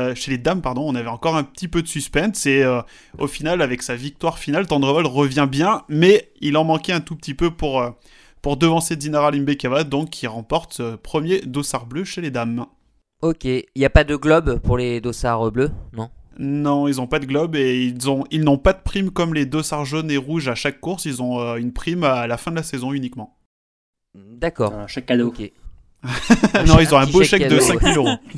on avait encore un petit peu de suspense. Et au final, avec sa victoire finale, Tandewald revient bien, mais il en manquait un tout petit peu pour devancer Dinara Limbekova, donc qui remporte ce premier dossard bleu chez les dames. Ok, il n'y a pas de globe pour les dossards bleus, non ? Non, ils n'ont pas de globe et ils n'ont pas de prime comme les dossards jaunes et rouges à chaque course. Ils ont une prime à la fin de la saison uniquement. D'accord. Un chèque cadeau. Ok. Non, ils ont un beau chèque de 5 000 €.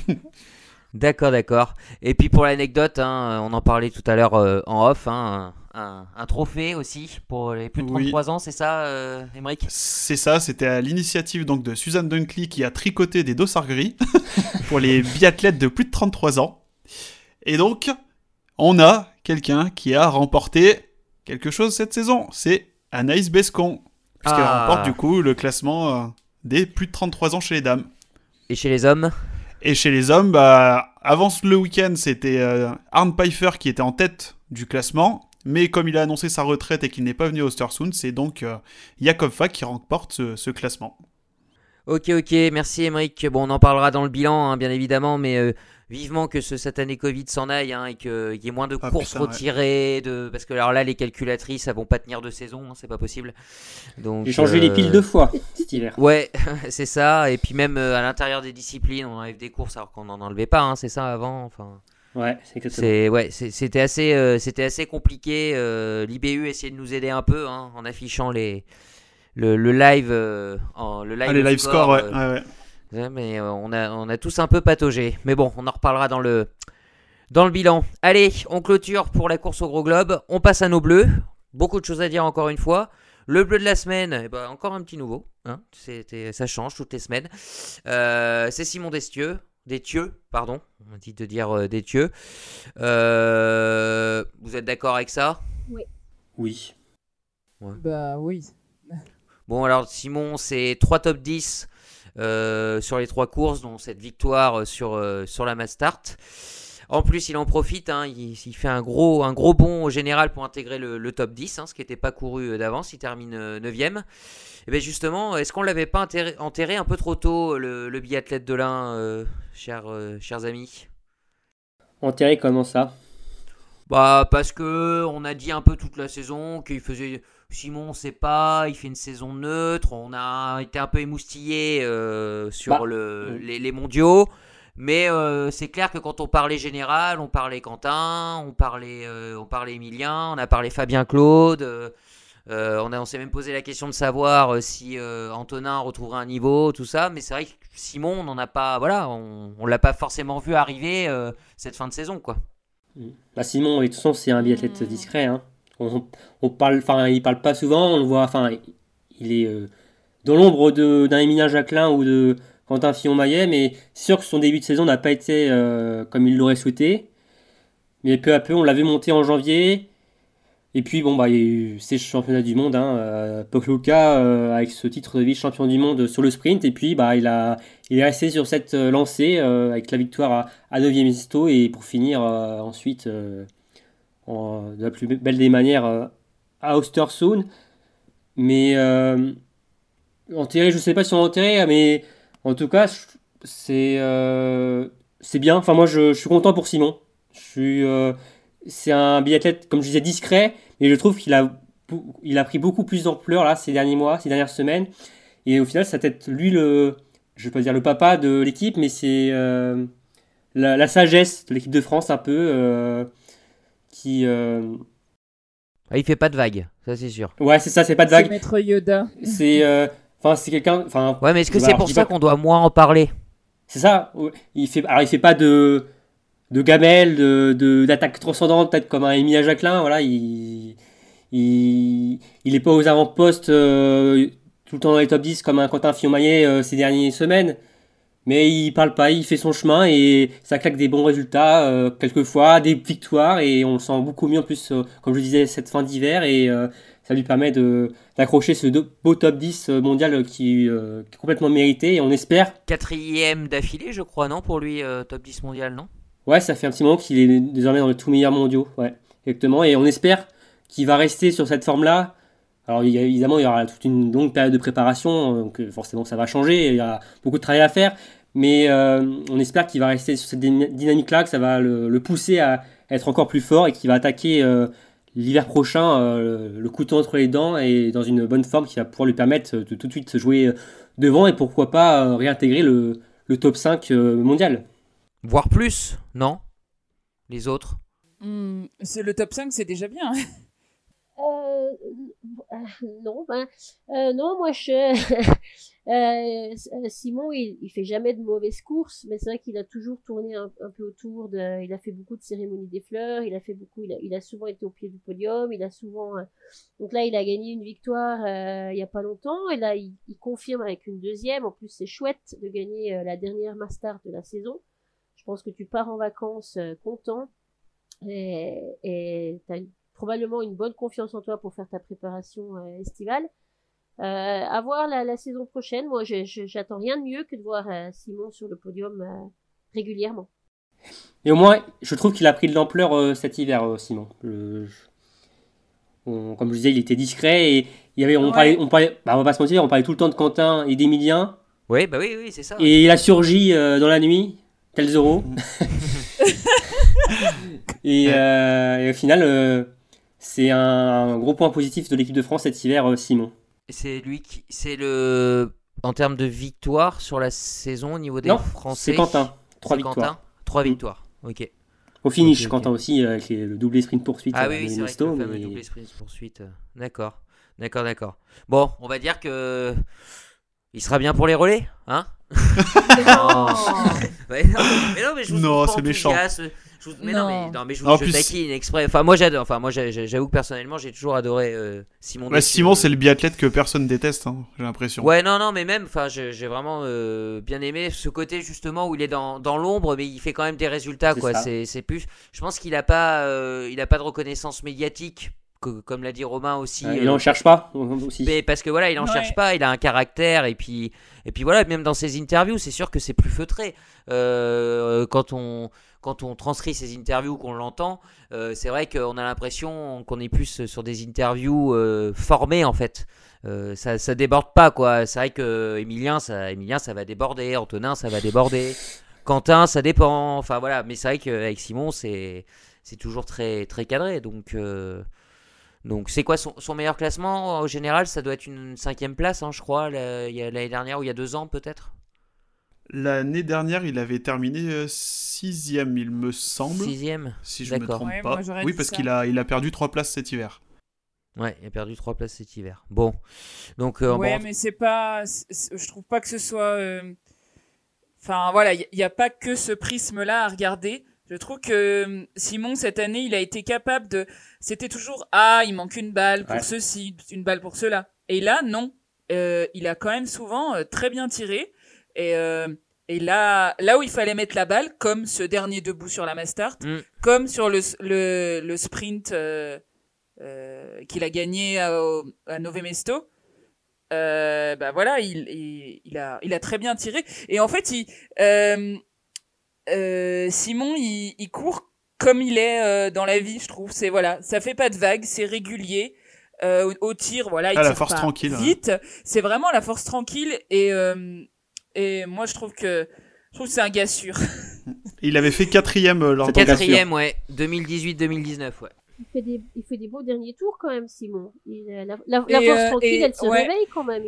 D'accord. Et puis pour l'anecdote, on en parlait tout à l'heure en off, un trophée aussi pour les plus de 33 ans, c'est ça, Émeric ? C'est ça, c'était à l'initiative donc de Suzanne Dunkley qui a tricoté des dossards gris pour les biathlètes de plus de 33 ans. Et donc, on a quelqu'un qui a remporté quelque chose cette saison, c'est Anaïs Bescon, puisqu'elle remporte du coup le classement des plus de 33 ans chez les dames. Et chez les hommes ? Et chez les hommes, avant le week-end, c'était Arne Pfeiffer qui était en tête du classement, mais comme il a annoncé sa retraite et qu'il n'est pas venu au Östersund, c'est donc Jakob Fak qui remporte ce classement. Ok, merci Émeric. Bon, on en parlera dans le bilan, bien évidemment, mais vivement que ce satané Covid s'en aille et qu'il y ait moins de courses retirées, parce que alors là, les calculatrices, elles vont pas tenir de saison, c'est pas possible. Donc, j'ai changé les piles 2 fois cet hiver. Ouais, c'est ça. Et puis même à l'intérieur des disciplines, on enlève des courses alors qu'on n'en enlevait pas, c'est ça avant. Enfin. Ouais, c'est exactement. C'était assez compliqué. L'IBU essayait de nous aider un peu en affichant le live, les live scores, ouais. Mais on a tous un peu pataugé. Mais bon, on en reparlera dans le bilan. Allez, on clôture pour la course au gros globe. On passe à nos bleus. Beaucoup de choses à dire encore une fois. Le bleu de la semaine, encore un petit nouveau. Ça change toutes les semaines. C'est Simon Destieux. Pardon. On m'a dit de dire Destieux. Vous êtes d'accord avec ça ? Oui. Ouais. Oui. Bon, alors Simon, c'est 3 top 10 sur les 3 courses, dont cette victoire sur la Mass Start. En plus, il en profite, hein, il fait un gros bond au général pour intégrer le top 10, hein, ce qui n'était pas couru d'avance, il termine 9ème. Et bien justement, est-ce qu'on ne l'avait pas enterré un peu trop tôt, le biathlète de l'Ain, chers amis? Enterré comment ça? Bah parce que on a dit un peu toute la saison qu'il faisait... Simon, on sait pas, il fait une saison neutre, on a été un peu émoustillé sur les mondiaux. Mais c'est clair que quand on parlait général, on parlait Quentin, on parlait Emilien, on a parlé Fabien Claude. On s'est même posé la question de savoir si Antonin retrouverait un niveau, tout ça. Mais c'est vrai que Simon, on n'en a pas, voilà, on l'a pas forcément vu arriver cette fin de saison, quoi. Bah Simon, de toute façon, c'est un biathlète discret. Hein. Il parle pas souvent. On le voit, il est dans l'ombre d'un Emilien Jacquelin ou de Quentin Fillon-Maillet, mais c'est sûr que son début de saison n'a pas été comme il l'aurait souhaité. Mais peu à peu, on l'avait monté en janvier. Et puis, il y a eu ces championnats du monde. Poklowka, avec ce titre de vice-champion du monde sur le sprint. Et puis, il est resté sur cette lancée avec la victoire à 9e Esto. Et pour finir ensuite, de la plus belle des manières, à Östersund. Mais enterré, je ne sais pas si on l'a enterré, mais en tout cas, c'est bien. Enfin, moi, je suis content pour Simon. C'est un biathlète, comme je disais, discret, mais je trouve qu'il a pris beaucoup plus d'ampleur là, ces derniers mois, ces dernières semaines. Et au final, ça peut être lui je ne vais pas dire le papa de l'équipe, mais c'est la sagesse de l'équipe de France un peu qui... Il fait pas de vagues, ça c'est sûr. Ouais, c'est ça, c'est pas de vagues. C'est Maître Yoda. C'est quelqu'un... Ouais, mais est-ce que c'est pour ça qu'on doit moins en parler? C'est ça. Il fait pas de gamelle, d'attaque transcendante, peut-être comme un Emilien Jacquelin. Voilà, il est pas aux avant-postes tout le temps dans les top 10 comme un Quentin Fillon-Maillet ces dernières semaines. Mais il parle pas, il fait son chemin et ça claque des bons résultats, quelquefois, des victoires. Et on le sent beaucoup mieux en plus, comme je le disais, cette fin d'hiver. Et ça lui permet d'accrocher ce beau top 10 mondial qui est complètement mérité. Et on espère... 4e d'affilée, je crois, non, pour lui, top 10 mondial, non? Ouais, ça fait un petit moment qu'il est désormais dans les tout meilleurs mondiaux. Ouais, exactement. Et on espère qu'il va rester sur cette forme-là. Alors évidemment, il y aura toute une longue période de préparation, donc forcément ça va changer. Il y a beaucoup de travail à faire. Mais on espère qu'il va rester sur cette dynamique-là, que ça va le pousser à être encore plus fort et qu'il va attaquer l'hiver prochain le couteau entre les dents et dans une bonne forme qui va pouvoir lui permettre de tout de suite jouer devant et pourquoi pas réintégrer le top 5 mondial. Voire plus, non? Les autres? C'est le top 5, c'est déjà bien. Non, moi Simon, il fait jamais de mauvaises courses, mais c'est vrai qu'il a toujours tourné un peu autour il a fait beaucoup de cérémonies des fleurs, il a souvent été au pied du podium, donc là il a gagné une victoire il y a pas longtemps, et là il confirme avec une deuxième. En plus c'est chouette de gagner la dernière Mastart de la saison. Je pense que tu pars en vacances content et t'as probablement une bonne confiance en toi pour faire ta préparation estivale. À voir la saison prochaine. Moi, j'attends rien de mieux que de voir Simon sur le podium régulièrement. Et au moins, je trouve qu'il a pris de l'ampleur cet hiver, Simon. Comme je disais, il était discret et on parlait, on va pas se mentir, on parlait tout le temps de Quentin et d'Emilien. Oui, c'est ça. Et il a surgi dans la nuit, tel Zorro. et au final, c'est un gros point positif de l'équipe de France cet hiver, Simon. C'est en termes de victoire sur la saison au niveau des Français. C'est Quentin. 3 victoires. Quentin, 3 victoires. Ok. Au finish, okay. Quentin aussi avec le doublé sprint poursuite. Ah oui, c'est vrai que le fameux doublé sprint poursuite. D'accord. Bon, on va dire que il sera bien pour les relais, hein? Mais non, c'est méchant. Je taquine exprès. Moi j'avoue que personnellement j'ai toujours adoré Simon. Simon, c'est le biathlète que personne déteste, hein, j'ai l'impression. Ouais, non, mais même, j'ai vraiment bien aimé ce côté justement où il est dans l'ombre, mais il fait quand même des résultats, quoi. C'est plus. Je pense qu'il a pas de reconnaissance médiatique. Comme l'a dit Romain aussi. Il en cherche pas aussi. Mais parce que voilà, il en cherche pas, il a un caractère et puis voilà, même dans ses interviews, c'est sûr que c'est plus feutré. Quand on quand on transcrit ces interviews, qu'on l'entend, c'est vrai qu'on a l'impression qu'on est plus sur des interviews formées en fait. Ça déborde pas quoi. C'est vrai que Emilien ça va déborder, Antonin ça va déborder, Quentin ça dépend. Enfin voilà, mais c'est vrai qu'avec Simon c'est toujours très très cadré. Donc c'est quoi son meilleur classement en général? Ça doit être une 5e place, hein, je crois. L'année dernière ou il y a 2 ans peut-être. L'année dernière, il avait terminé 6e, il me semble. 6e. Si je me trompe ouais, pas. Oui, parce qu'il a perdu 3 places cet hiver. Ouais, il a perdu 3 places cet hiver. Bon, donc mais c'est pas. Je trouve pas que ce soit. Enfin voilà, il y a pas que ce prisme-là à regarder. Je trouve que Simon cette année, il a été capable de. C'était toujours il manque une balle pour ceci, une balle pour cela. Et là, non. Il a quand même souvent très bien tiré. Et là où il fallait mettre la balle, comme ce dernier debout sur la Mastart, comme sur le sprint qu'il a gagné à Nove Mesto, voilà, il a très bien tiré. Et en fait, Simon, il court comme il est dans la vie, je trouve. C'est voilà, ça fait pas de vagues, c'est régulier. Au tir, voilà, il tire la force pas tranquille, vite. Ouais. C'est vraiment la force tranquille et moi je trouve que c'est un gars sûr. Il avait fait 4e lors de 4e, ouais, 2018-2019, ouais. Il fait des beaux derniers tours quand même, Simon. La force tranquille, elle se réveille quand même.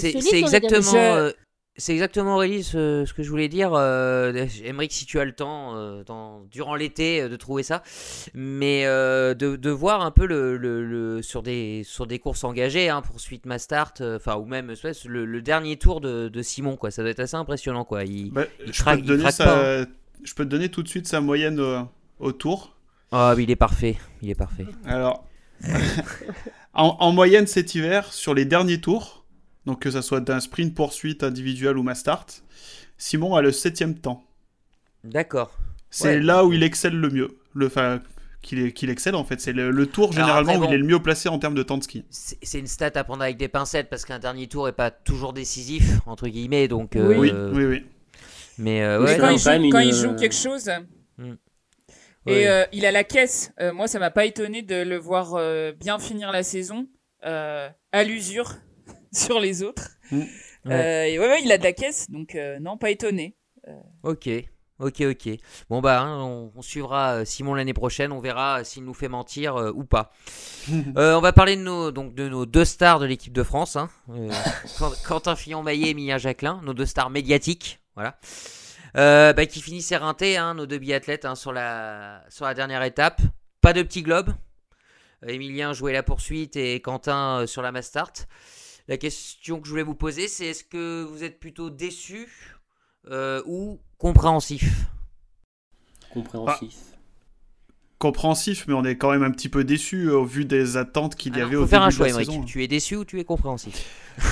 C'est exactement Aurélie ce que je voulais dire. Aymeric, si tu as le temps durant l'été de trouver ça, mais de voir un peu sur des courses engagées, hein, poursuite Mastart, ou même le dernier tour de Simon, quoi. Ça doit être assez impressionnant, quoi. Je peux te donner tout de suite sa moyenne au tour. Ah, mais il est parfait. Alors, en moyenne cet hiver, sur les derniers tours, donc que ça soit d'un sprint poursuite individuel ou Mastart, Simon a le 7e temps. D'accord. C'est là où il excelle le mieux. Qu'il excelle en fait. C'est le tour généralement où il est le mieux placé en termes de temps de ski. C'est une stat à prendre avec des pincettes parce qu'un dernier tour est pas toujours décisif, entre guillemets. Donc, oui. Mais quand il joue quelque chose. Et il a la caisse. Moi, ça m'a pas étonné de le voir bien finir la saison à l'usure sur les autres. Et il a de la caisse, donc non, pas étonné. Ok. Bon on suivra Simon l'année prochaine, on verra s'il nous fait mentir ou pas. On va parler de nos 2 stars de l'équipe de France, hein. Quentin Fillon-Maillet et Emilien Jacquelin, nos 2 stars médiatiques, voilà. Qui finissent éreintés, hein, nos 2 biathlètes, hein, sur la dernière étape. Pas de petit globe. Emilien jouait la poursuite et Quentin sur la Mastart. La question que je voulais vous poser, c'est est-ce que vous êtes plutôt déçu ou compréhensif? Compréhensif, mais on est quand même un petit peu déçu au vu des attentes qu'il y avait au début faire un de choix, la saison. Tu es déçu ou tu es compréhensif?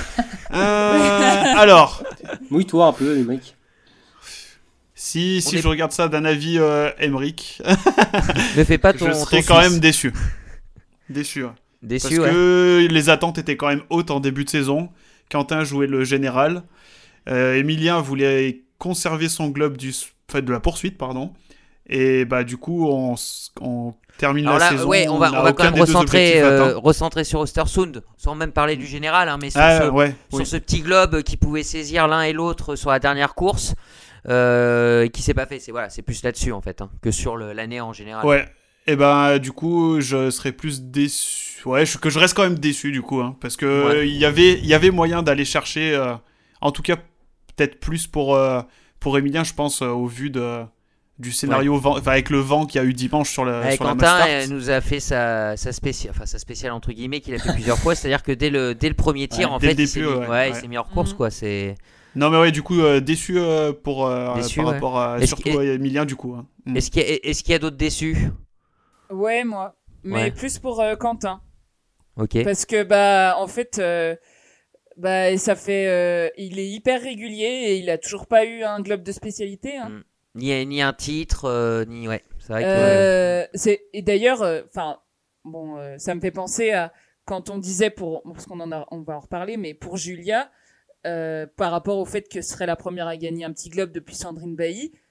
Alors, mouille-toi un peu, les mecs. Si je regarde ça d'un avis Aymeric, ne fais pas je serais quand même déçu. Parce que les attentes étaient quand même hautes en début de saison. Quentin jouait le général. Emilien voulait conserver son globe de la poursuite, pardon. Et du coup, on termine la saison. Ouais, on va quand même recentrer sur Östersund, sans même parler du général, hein, mais sur ce petit globe qui pouvait saisir l'un et l'autre sur la dernière course. Qui s'est pas fait, c'est plus là-dessus en fait, hein, que sur l'année en général. Ouais, et du coup je serais plus déçu. Ouais, que je reste quand même déçu du coup, hein, parce que il y avait moyen d'aller chercher, en tout cas peut-être plus pour Emilien, je pense, au vu du scénario avec le vent qu'il y a eu dimanche sur la Quentin Mastart. Nous a fait sa spéciale entre guillemets qu'il a fait plusieurs fois, c'est-à-dire que dès le premier tir en fait il s'est mis hors course quoi, c'est. Non mais du coup déçu par rapport à surtout à Emilien du coup. Hein. Est-ce qu'il y a d'autres déçus? Ouais, moi, mais plus pour Quentin. Ok. Parce que en fait ça fait il est hyper régulier et il a toujours pas eu un globe de spécialité. Hein. Ni un titre ni c'est vrai que et d'ailleurs ça me fait penser à quand on disait parce qu'on on va en reparler, mais pour Julia. Par rapport au fait que ce serait la première à gagner un petit globe depuis Sandrine Bailly,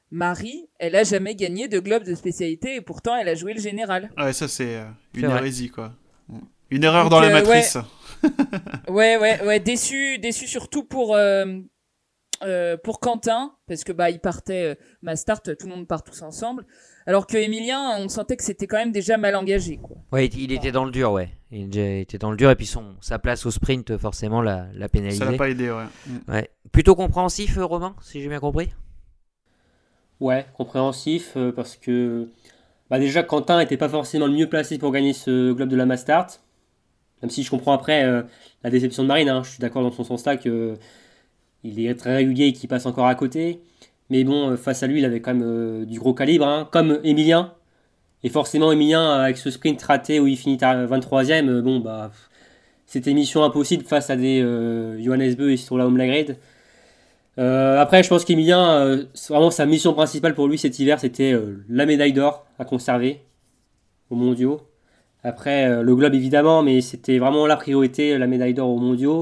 Marie, elle a jamais gagné de globe de spécialité et pourtant elle a joué le général. Ouais, ça c'est une hérésie quoi. Une erreur donc, dans la matrice. Ouais, déçu surtout pour Quentin, parce que il partait Mastart, tout le monde part tous ensemble, alors que Emilien, on sentait que c'était quand même déjà mal engagé, quoi. Ouais, il était dans le dur, ouais. Il était dans le dur, et puis sa place au sprint, forcément, l'a pénalisé. Ça l'a pas aidé, ouais. Plutôt compréhensif, Romain, si j'ai bien compris. Ouais, compréhensif, parce que déjà, Quentin n'était pas forcément le mieux placé pour gagner ce globe de la Mastart, même si je comprends après la déception de Marine, hein. Je suis d'accord dans son sens-là que il est très régulier et qu'il passe encore à côté. Mais bon, face à lui, il avait quand même du gros calibre, hein, comme Emilien. Et forcément, Emilien, avec ce sprint raté où il finit à 23ème, c'était mission impossible face à des Johannes Beu et Sturla Omlagrade. Après, je pense qu'Emilien, vraiment sa mission principale pour lui cet hiver, c'était la médaille d'or à conserver aux mondiaux. Après, le globe évidemment, mais c'était vraiment la priorité, la médaille d'or aux mondiaux.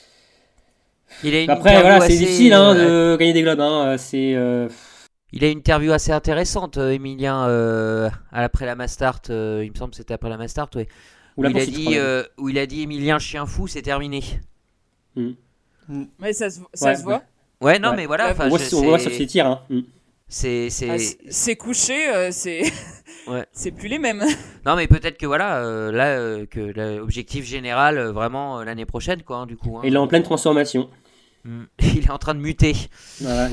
Après, voilà, c'est difficile de gagner des globes. Il a une interview assez intéressante, Emilien, après la Mastart. Il me semble que c'était après la Mastart, ouais. Où il a dit Emilien chien fou, c'est terminé. Mais ça se voit. Ouais, non, mais voilà. On voit sur ses tirs. C'est couché, c'est. Ouais. C'est plus les mêmes. Non, mais peut-être que que l'objectif général, vraiment l'année prochaine, quoi, du coup. Il est en pleine transformation. Il est en train de muter. Voilà,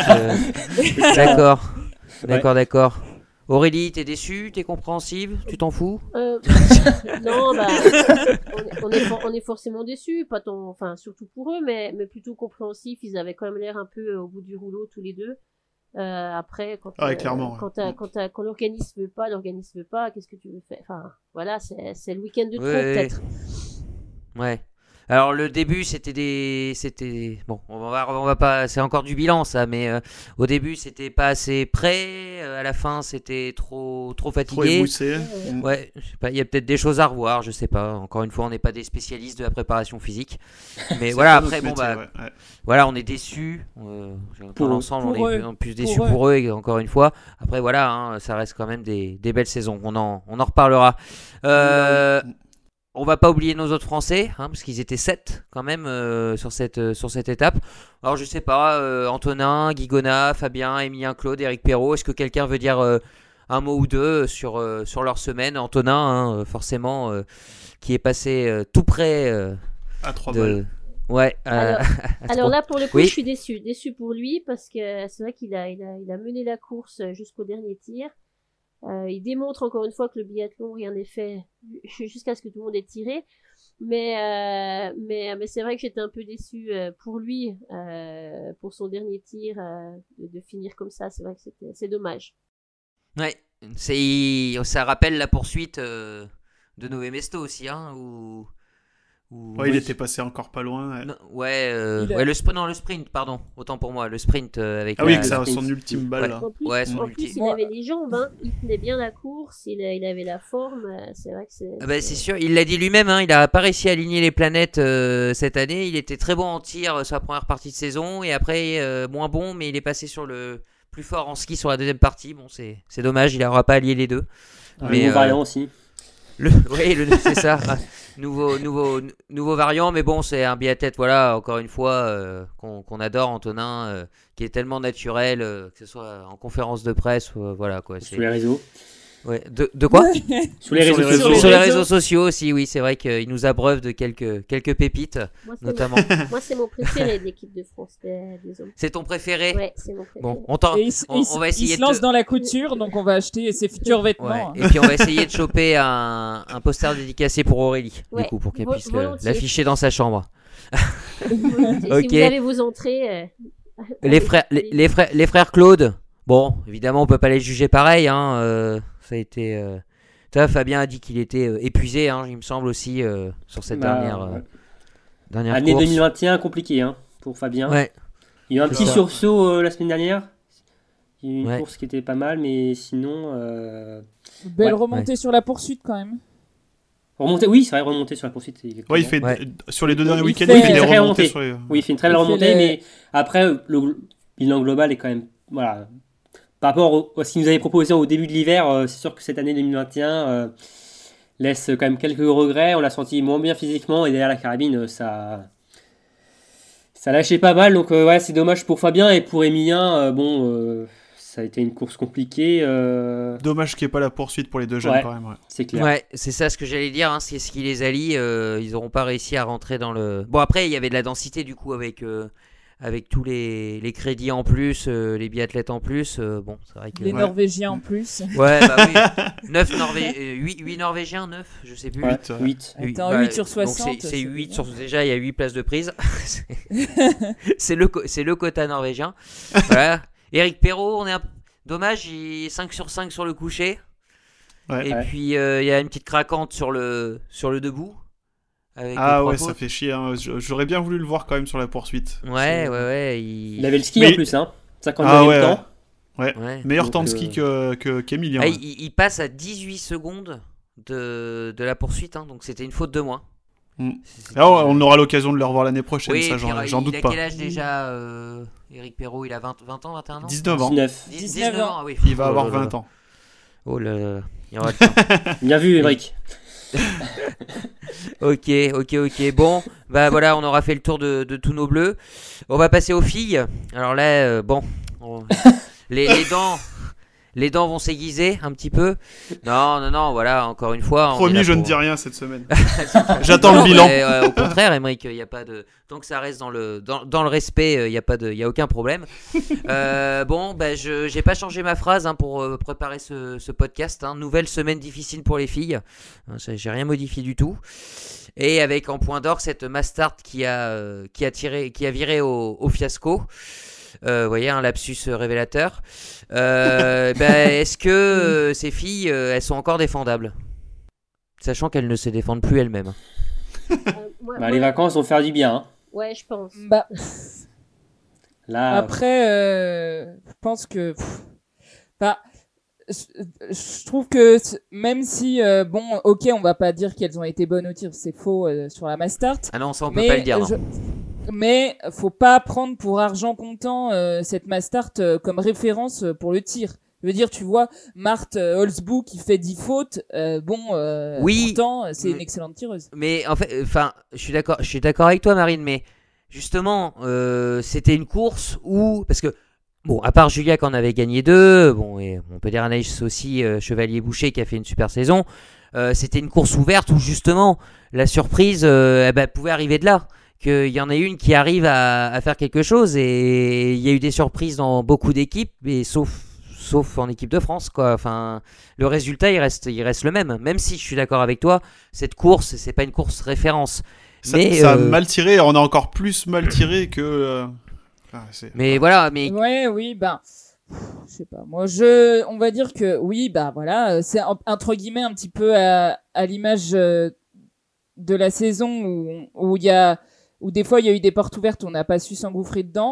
D'accord. Aurélie, t'es déçue, t'es compréhensive, tu t'en fous? Non, on est forcément déçus, surtout pour eux, mais plutôt compréhensifs. Ils avaient quand même l'air un peu au bout du rouleau tous les deux. Après, quand l'organisme veut pas, qu'est-ce que tu veux faire? Enfin, voilà, c'est le week-end de trop, peut-être. Ouais. Alors le début c'était bon, on va pas, c'est encore du bilan ça, mais au début c'était pas assez prêt, à la fin c'était trop fatigué. Trop émoussé. Ouais, je sais pas, il y a peut-être des choses à revoir, je sais pas. Encore une fois, on n'est pas des spécialistes de la préparation physique, mais voilà, après voilà, on est déçus. Dans l'ensemble, on est en plus déçus pour eux, et encore une fois. Après voilà, ça reste quand même des belles saisons. On en reparlera. On va pas oublier nos autres Français, parce qu'ils étaient 7 quand même sur cette étape. Alors je sais pas, Antonin, Guigona, Fabien, Emilien Claude, Eric Perrault, est-ce que quelqu'un veut dire un mot ou deux sur leur semaine? Antonin, forcément, qui est passé tout près à 3 balles. Ouais. Alors là, pour le coup, oui. Je suis déçu pour lui, parce que c'est vrai qu'il a mené la course jusqu'au dernier tir. Il démontre encore une fois que le biathlon, rien n'est fait jusqu'à ce que tout le monde ait tiré. Mais c'est vrai que j'étais un peu déçue pour lui, pour son dernier tir, de finir comme ça. C'est vrai que c'est dommage. Ouais, ça rappelle la poursuite de Nové Mesto aussi, il était passé encore pas loin. Ouais, le sprint, pardon. Autant pour moi, le sprint avec. Ah oui, que ça son ultime balle. En plus, il avait les jambes, il tenait bien la course, il avait la forme. C'est vrai que c'est. C'est sûr, il l'a dit lui-même. Il a pas réussi à aligner les planètes cette année. Il était très bon en tir sur la première partie de saison et après moins bon, mais il est passé sur le plus fort en ski sur la deuxième partie. Bon, c'est dommage, il n'aura pas allié les deux. Mais variant aussi. C'est ça. Nouveau variant, mais bon, c'est un biathlète, voilà, encore une fois, qu'on adore, Antonin, qui est tellement naturel, que ce soit en conférence de presse, voilà quoi. Sur les réseaux. Ouais. De quoi? Sur les réseaux sociaux aussi, oui, c'est vrai qu'il nous abreuve de quelques pépites, notamment. Moi, c'est mon préféré de l'équipe de France des hommes. C'est ton préféré? Ouais, c'est mon préféré. Bon, on va essayer. Il se lance dans la couture, donc on va acheter ses futurs vêtements. Ouais. Et puis on va essayer de choper un poster dédicacé pour Aurélie, du coup, pour qu'elle puisse l'afficher dans sa chambre. Si vous avez vos entrées. Les frères Claude. Bon, évidemment, on peut pas les juger pareil. Ça a été. Fabien a dit qu'il était épuisé, il me semble aussi, sur cette dernière année course. 2021 compliquée pour Fabien. Ouais. Il y a eu un petit sursaut la semaine dernière. Il y a eu une course qui était pas mal, mais sinon. Belle remontée sur la poursuite quand même. Oui, c'est vrai, remonter sur la poursuite. Il fait sur les deux derniers week-ends, il est remonté sur les. Oui, il fait une très belle remontée, mais après le bilan global est quand même par rapport à ce qu'il nous avait proposé au début de l'hiver, c'est sûr que cette année 2021 laisse quand même quelques regrets. On l'a senti moins bien physiquement et derrière la carabine, ça lâchait pas mal. Donc ouais, c'est dommage pour Fabien et pour Emilien. Ça a été une course compliquée. Dommage qu'il n'y ait pas la poursuite pour les deux jeunes quand même. Ouais. C'est clair. Ouais, c'est ça ce que j'allais dire. Hein, c'est ce qui les allie. Ils n'auront pas réussi à rentrer dans le. Bon, après, il y avait de la densité du coup avec tous les crédits en plus, les biathlètes en plus. Bon, c'est vrai que. Les Norvégiens en plus. Ouais, bah oui. 8 Norvégiens, 9, je sais plus. 8. Attends, 8 sur 60. Donc c'est 8 sur. Déjà, il y a 8 places de prise. c'est le quota norvégien. Voilà. Éric Perrault, dommage, il est 5 sur 5 sur le coucher. Ouais. Et puis il y a une petite craquante sur le debout. Ah ouais, ça fait chier. Hein. J'aurais bien voulu le voir quand même sur la poursuite. Ouais. Il avait le ski en plus, hein. 52e temps. Ouais. Meilleur temps de ski qu'Emilien. Il passe à 18 secondes de la poursuite, hein, donc c'était une faute de moins. Alors, on aura l'occasion de le revoir l'année prochaine, ça j'en doute pas. Il a quel âge déjà, Éric Perrault? Il a 20 ans, 21 ans? 19 ans. 19 ans, oui. Il va avoir 20 ans. Oh là, il y aura le temps. Bien vu, Émeric. Ok. Bon, bah voilà, on aura fait le tour de tous nos bleus. On va passer aux filles. Alors là, les dents vont s'aiguiser un petit peu. Non, voilà, encore une fois. Promis, je ne dis rien cette semaine. J'attends le bilan. Mais, au contraire, Émeric, il y a pas de. Tant que ça reste dans le respect, il y a aucun problème. J'ai pas changé ma phrase pour préparer ce podcast. Hein. Nouvelle semaine difficile pour les filles. J'ai rien modifié du tout. Et avec en point d'or cette Mastart qui a viré au fiasco. Vous voyez, un lapsus révélateur. Est-ce que ces filles, elles sont encore défendables, sachant qu'elles ne se défendent plus elles-mêmes? Les vacances vont faire du bien. Hein. Ouais, je pense. Là, après, je pense que... je trouve que même si, on va pas dire qu'elles ont été bonnes au tir, c'est faux sur la Mastart. Ah non, ça on peut pas le dire. Mais faut pas prendre pour argent comptant cette Mastart comme référence pour le tir. Je veux dire, tu vois, Marthe Holzbou qui fait 10 fautes, oui, pourtant c'est une excellente tireuse. Mais en fait, je suis d'accord avec toi, Marine, mais justement, c'était une course où, parce que bon, à part Julia qui en avait gagné 2, et on peut dire Anaïs aussi, Chevalier-Boucher qui a fait une super saison, c'était une course ouverte où justement la surprise pouvait arriver de là. Qu'il y en ait une qui arrive à faire quelque chose, et il y a eu des surprises dans beaucoup d'équipes, mais sauf en équipe de France, quoi. Enfin, le résultat il reste le même si je suis d'accord avec toi, cette course c'est pas une course référence. Ça a mal tiré, on a encore plus mal tiré que voilà, mais oui, je sais pas, moi on va dire que oui, c'est entre guillemets un petit peu à l'image de la saison où des fois il y a eu des portes ouvertes, on n'a pas su s'engouffrer dedans.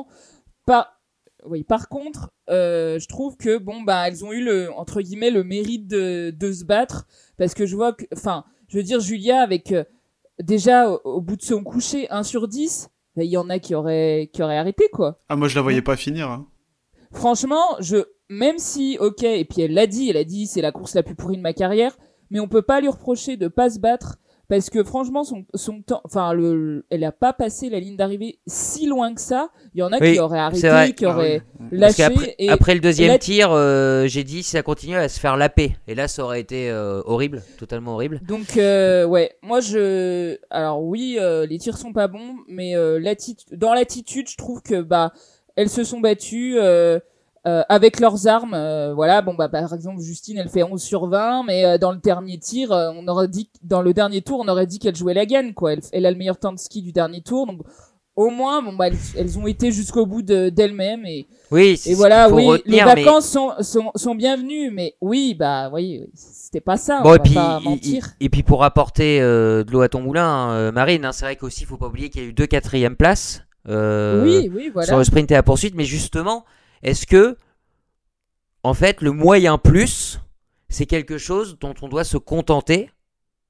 Par contre, je trouve que elles ont eu entre guillemets le mérite de se battre, parce que je vois que, je veux dire, Julia avec déjà au bout de son coucher 1 sur 10, il y en a qui auraient arrêté, quoi. Ah, moi je la voyais pas finir. Hein. Franchement, même si et puis elle l'a dit c'est la course la plus pourrie de ma carrière, mais on peut pas lui reprocher de pas se battre. Parce que franchement, son temps, elle a pas passé la ligne d'arrivée si loin que ça. Il y en a qui auraient arrêté, qui auraient lâché. Après le deuxième tir, j'ai dit si ça continuait à se faire laper. Et là, ça aurait été horrible, totalement horrible. Donc, moi alors oui, les tirs sont pas bons, mais dans l'attitude, je trouve que elles se sont battues. Avec leurs armes, par exemple Justine elle fait 11 sur 20, mais dans le dernier tir, dans le dernier tour on aurait dit qu'elle jouait la gagne, quoi. Elle a le meilleur temps de ski du dernier tour, donc au moins elles ont été jusqu'au bout d'elles-mêmes, et voilà, oui, retenir, les vacances sont bienvenues, mais oui, c'était pas ça, on va pas mentir. Et puis pour apporter de l'eau à ton moulin, Marine, c'est vrai qu'aussi il faut pas oublier qu'il y a eu 2 4e places sur le sprint et la poursuite, mais justement, est-ce que, en fait, le moyen plus, c'est quelque chose dont on doit se contenter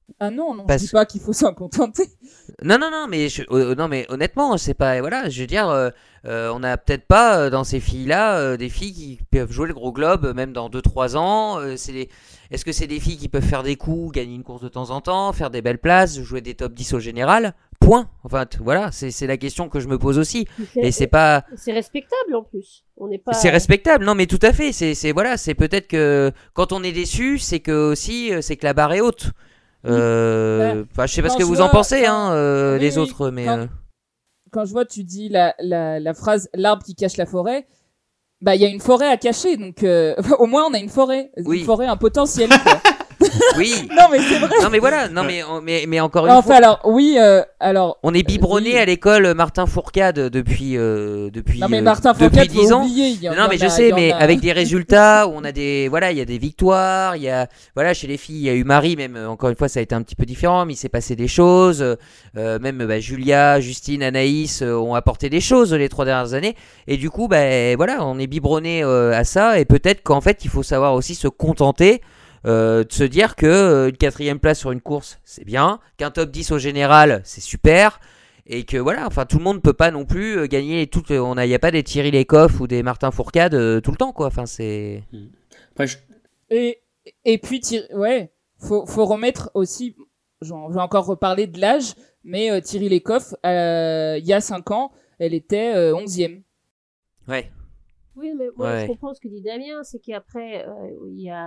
Ah non, je dis pas qu'il faut s'en contenter. Non, mais honnêtement, c'est pas, voilà, je veux dire, on a peut-être pas dans ces filles-là des filles qui peuvent jouer le gros globe même dans 2-3 ans. Est-ce que c'est des filles qui peuvent faire des coups, gagner une course de temps en temps, faire des belles places, jouer des top 10 au général? Point. Enfin, voilà, c'est la question que je me pose aussi. Et c'est pas. C'est respectable en plus. On n'est pas. C'est respectable, non, mais tout à fait. C'est peut-être que quand on est déçu, c'est que aussi, c'est que la barre est haute. Je sais pas ce que vous en pensez, les autres, mais. Quand je vois, tu dis la phrase l'arbre qui cache la forêt. Bah, il y a une forêt à cacher, donc au moins on a une forêt, une forêt, un potentiel. Quoi. Oui. Non mais c'est vrai. Non mais voilà, mais encore une fois. Alors oui, on est biberonné à l'école Martin Fourcade depuis. Non mais Martin Fourcade, depuis 10 ans. Non mais je sais, mais avec des résultats où on a il y a des victoires, il y a chez les filles, il y a eu Marie, même encore une fois ça a été un petit peu différent, mais il s'est passé des choses. Même Julia, Justine, Anaïs ont apporté des choses les 3 dernières années, et du coup on est biberonné à ça, et peut-être qu'en fait il faut savoir aussi se contenter. De se dire que une 4e place sur une course c'est bien, qu'un top 10 au général c'est super, et que tout le monde peut pas non plus gagner il n'y a pas des Thierry Lecoff ou des Martin Fourcade tout le temps, quoi. Enfin c'est. Et puis faut remettre aussi, je vais encore reparler de l'âge, mais Thierry Lecoff il y a 5 ans elle était 11e. Ouais. Oui, mais moi je comprends ce que dit Damien, c'est qu'après il y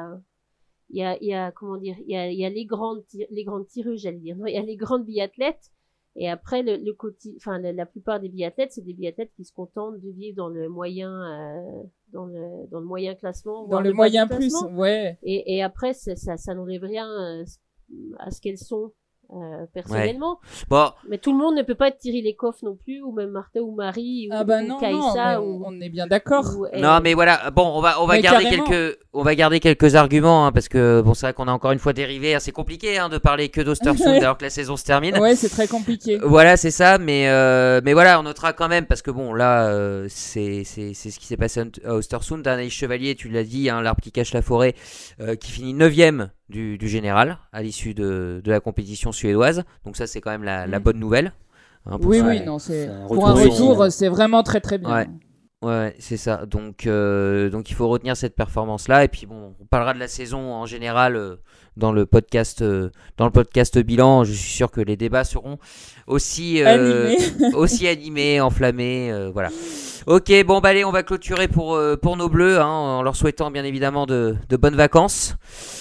a comment dire, il y a les grandes tireuses, j'allais dire. Non, il y a les grandes biathlètes, et après la plupart des biathlètes, c'est des biathlètes qui se contentent de vivre dans le moyen dans le moyen classement, dans le moyen plus, ouais. Et après ça n'enlève rien à ce qu'elles sont personnellement. Bon. Mais tout le monde ne peut pas être Thierry Lecoff non plus, ou même Martha ou Marie, ou Kaïssa, on est bien d'accord. Non mais voilà, bon, on va garder quelques arguments, parce que bon, c'est vrai qu'on a encore une fois dérivé, c'est compliqué de parler que d'Östersund alors que la saison se termine. Ouais, c'est très compliqué. Voilà, c'est ça, mais voilà, on notera quand même, parce que bon, là c'est ce qui s'est passé à Östersund. Anaïs Chevalier, tu l'as dit, l'arbre qui cache la forêt, qui finit 9e du général à l'issue de la compétition suédoise. Donc ça, c'est quand même la bonne nouvelle. Oui, c'est pour un retour, c'est vraiment très très bien. Ouais, c'est ça. Donc il faut retenir cette performance-là. Et puis bon, on parlera de la saison en général dans le podcast bilan. Je suis sûr que les débats seront aussi animés, enflammés. Voilà. Ok, bon, allez, on va clôturer pour nos bleus, en leur souhaitant bien évidemment de bonnes vacances.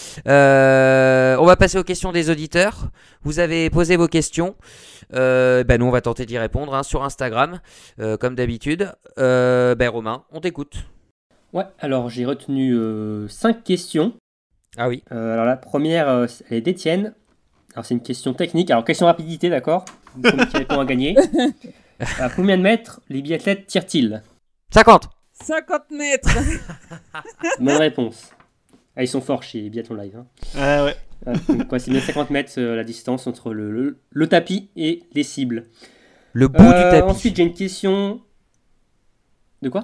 On va passer aux questions des auditeurs. Vous avez posé vos questions. Nous on va tenter d'y répondre sur Instagram, comme d'habitude. Romain, on t'écoute. Ouais, alors j'ai retenu 5 questions. Ah oui. Alors la première, elle est d'Étienne. Alors c'est une question technique. Alors question rapidité, d'accord. Qui répond à gagner. À combien de mètres les biathlètes tirent-ils ? 50 mètres. Bonne réponse. Ils sont forts chez Biathlon Live. Ouais. C'est bien 50 mètres la distance entre le tapis et les cibles. Le bout du tapis. Ensuite, j'ai une question. De quoi ?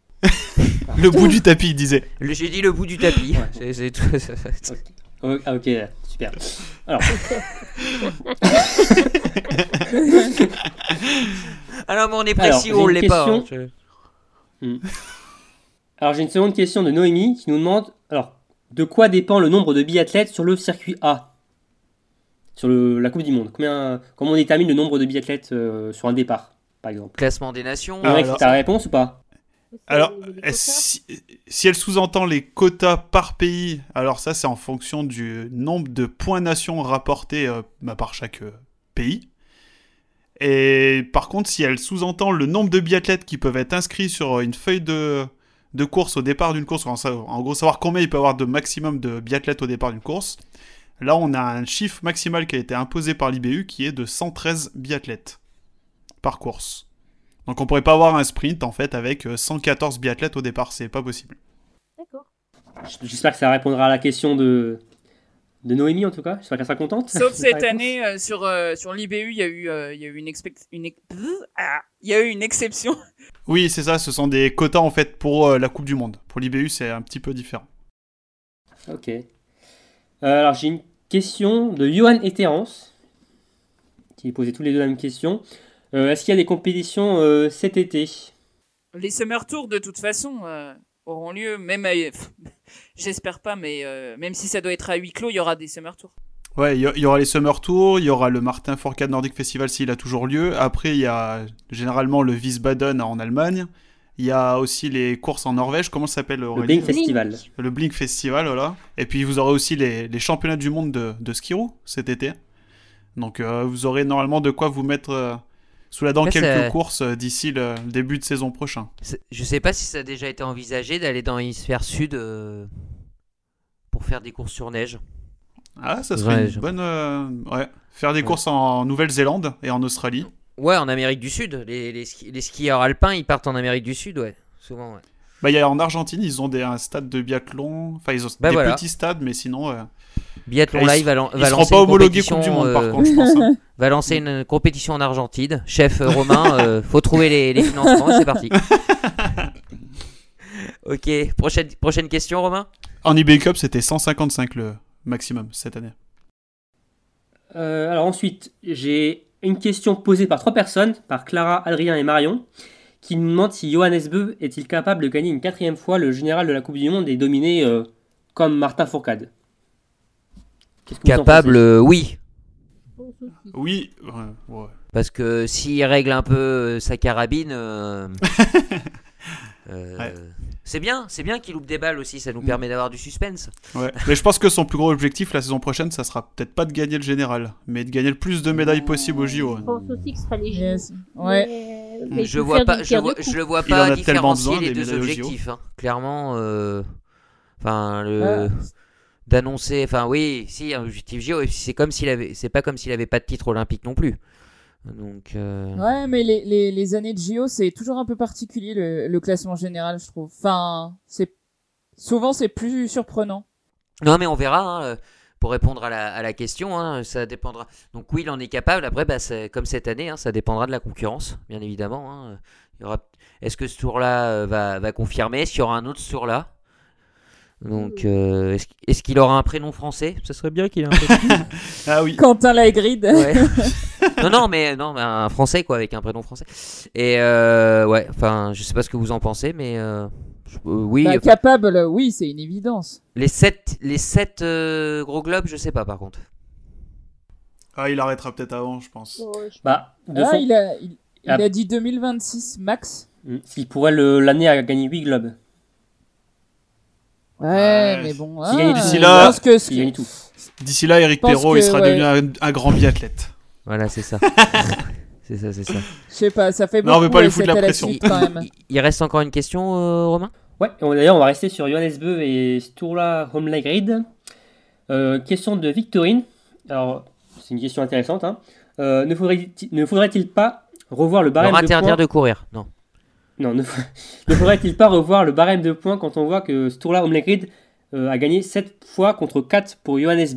Le bout du tapis, il disait. J'ai dit le bout du tapis. Ouais. C'est tout. Ok, super. Alors. Alors, mais on est précis ou on l'est pas. Alors, j'ai une seconde question de Noémie qui nous demande. Alors, de quoi dépend le nombre de biathlètes sur le circuit A ? Sur la Coupe du Monde. Comment on détermine le nombre de biathlètes sur un départ, par exemple ? Classement des nations. T'as la réponse ou pas ? Alors, si elle sous-entend les quotas par pays, alors ça c'est en fonction du nombre de points nations rapportés par chaque pays. Et par contre, si elle sous-entend le nombre de biathlètes qui peuvent être inscrits sur une feuille de course au départ d'une course, en gros savoir combien il peut y avoir de maximum de biathlètes au départ d'une course, là on a un chiffre maximal qui a été imposé par l'IBU qui est de 113 biathlètes par course. Donc on pourrait pas avoir un sprint en fait avec 114 biathlètes au départ, c'est pas possible. D'accord. J'espère que ça répondra à la question de Noémie en tout cas. J'espère qu'elle sera contente. Sauf cette année sur l'IBU, il y a eu une exception. Oui, c'est ça, ce sont des quotas en fait pour la Coupe du Monde. Pour l'IBU, c'est un petit peu différent. Ok. Alors j'ai une question de Johan et Terence, qui posaient tous les deux la même question. Est-ce qu'il y a des compétitions cet été ? Les Summer Tours, de toute façon, auront lieu. Même, j'espère pas, mais même si ça doit être à huis clos, il y aura des Summer Tours. Ouais, il y aura les Summer Tours, il y aura le Martin Fourcade Nordic Festival s'il a toujours lieu. Après, il y a généralement le Wiesbaden en Allemagne. Il y a aussi les courses en Norvège. Comment ça s'appelle, Aurélie ? Le Blink Festival. Le Blink Festival, voilà. Et puis, vous aurez aussi les championnats du monde de ski-roue cet été. Donc, vous aurez normalement de quoi vous mettre sous la dent quelques courses d'ici le début de saison prochain. Je sais pas si ça a déjà été envisagé d'aller dans l'hémisphère sud pour faire des courses sur neige. Ah, ça serait une bonne... ouais. Faire des courses en Nouvelle-Zélande et en Australie. Ouais, en Amérique du Sud. Les skieurs alpins, ils partent en Amérique du Sud, ouais. Souvent, ouais. Bah, y a, en Argentine, ils ont un stade de biathlon. Enfin, ils ont des petits stades, mais sinon... Biathlon Live va lancer une compétition... Ils seront pas homologués Coupe du Monde, par contre, je pense. Hein. Va lancer une compétition en Argentine. Chef Romain, faut trouver les financements, c'est parti. Ok, prochaine question, Romain. En eBay Cup, c'était 155 le maximum cette année. Alors ensuite, j'ai une question posée par 3 personnes, par Clara, Adrien et Marion, qui nous demandent si Johannes Beu est-il capable de gagner une 4e fois le général de la Coupe du Monde et dominer comme Martin Fourcade. Capable, oui. Oui, ouais. Parce que s'il règle un peu sa carabine, ouais. c'est bien qu'il loupe des balles aussi, ça nous permet d'avoir du suspense. Ouais. Mais je pense que son plus gros objectif la saison prochaine, ça sera peut-être pas de gagner le général, mais de gagner le plus de médailles possible au JO. Je pense aussi que ce sera les JO. Yes. Ouais. Mais je le vois pas différencier les deux objectifs. Hein. Clairement, d'annoncer, oui, si un objectif JO, c'est pas comme s'il avait pas de titre olympique non plus. Donc, ouais, mais les années de JO, c'est toujours un peu particulier le classement général, je trouve. Enfin, souvent c'est plus surprenant. Non, mais on verra. Hein, pour répondre à la question, hein, ça dépendra. Donc oui, il en est capable. Après, comme cette année, hein, ça dépendra de la concurrence, bien évidemment. Hein. Est-ce que ce tour-là va confirmer ? Est-ce qu'il y aura un autre ce tour-là ? Donc, est-ce qu'il aura un prénom français ? Ça serait bien qu'il ait un prénom. Ah oui. Quentin Lagride. Ouais. non, mais un français quoi, avec un prénom français. Et je sais pas ce que vous en pensez, mais oui. Capable, oui, c'est une évidence. Les 7 gros globes, je sais pas par contre. Ah, il arrêtera peut-être avant, je pense. Il a dit 2026 max. S'il pourrait l'année à gagner 8 globes. Ouais, mais bon. D'ici là, il gagne tout. D'ici là, Eric Perrault, il sera devenu un grand biathlète. Voilà, c'est ça. c'est ça. Je sais pas, ça fait beaucoup. Non, mais pas lui foutre la pression. Quand même. Il reste encore une question, Romain ? Ouais, d'ailleurs, on va rester sur Johannes Beu et Sturla Holmlegrid. Question de Victorine. Alors, c'est une question intéressante. Hein. Ne faudrait-il pas revoir le barème de points ? Interdire de courir, non. Non, ne faudrait-il pas revoir le barème de points quand on voit que Sturla Holmlegrid a gagné 7 fois contre 4 pour Johannes Beu ?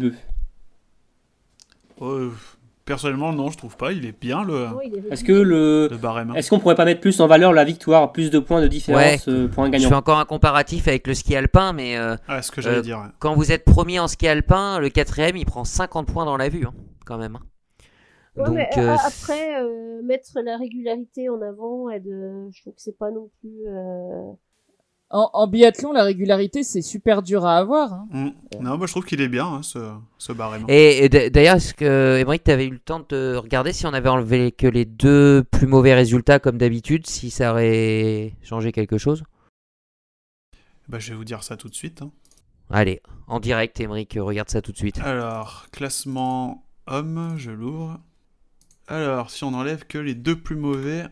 Personnellement, non, je trouve pas. Il est bien le barème. Est-ce qu'on pourrait pas mettre plus en valeur la victoire, plus de points de différence pour un gagnant ? Je fais encore un comparatif avec le ski alpin, mais ce que j'allais dire. Ouais. Quand vous êtes premier en ski alpin, le 4e, il prend 50 points dans la vue, hein, quand même. Ouais, donc, mais après, mettre la régularité en avant, je trouve que c'est pas non plus... En biathlon, la régularité, c'est super dur à avoir. Hein. Non, moi je trouve qu'il est bien, hein, ce barème. Et d'ailleurs, est-ce que, Émeric, tu avais eu le temps de regarder si on avait enlevé que les 2 plus mauvais résultats comme d'habitude, si ça aurait changé quelque chose ? Je vais vous dire ça tout de suite. Hein. Allez, en direct, Émeric, regarde ça tout de suite. Alors, classement homme, je l'ouvre. Alors, si on enlève que les 2 plus mauvais,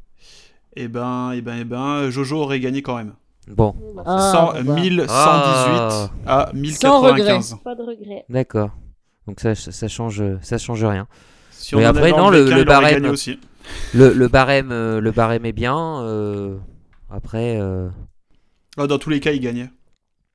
Jojo aurait gagné quand même. Bon. 1118 à 1095. Pas de regret. D'accord. Donc ça change rien. Si on mais après non, le barème aussi. Le barème est bien. Après. Dans tous les cas, il gagnait.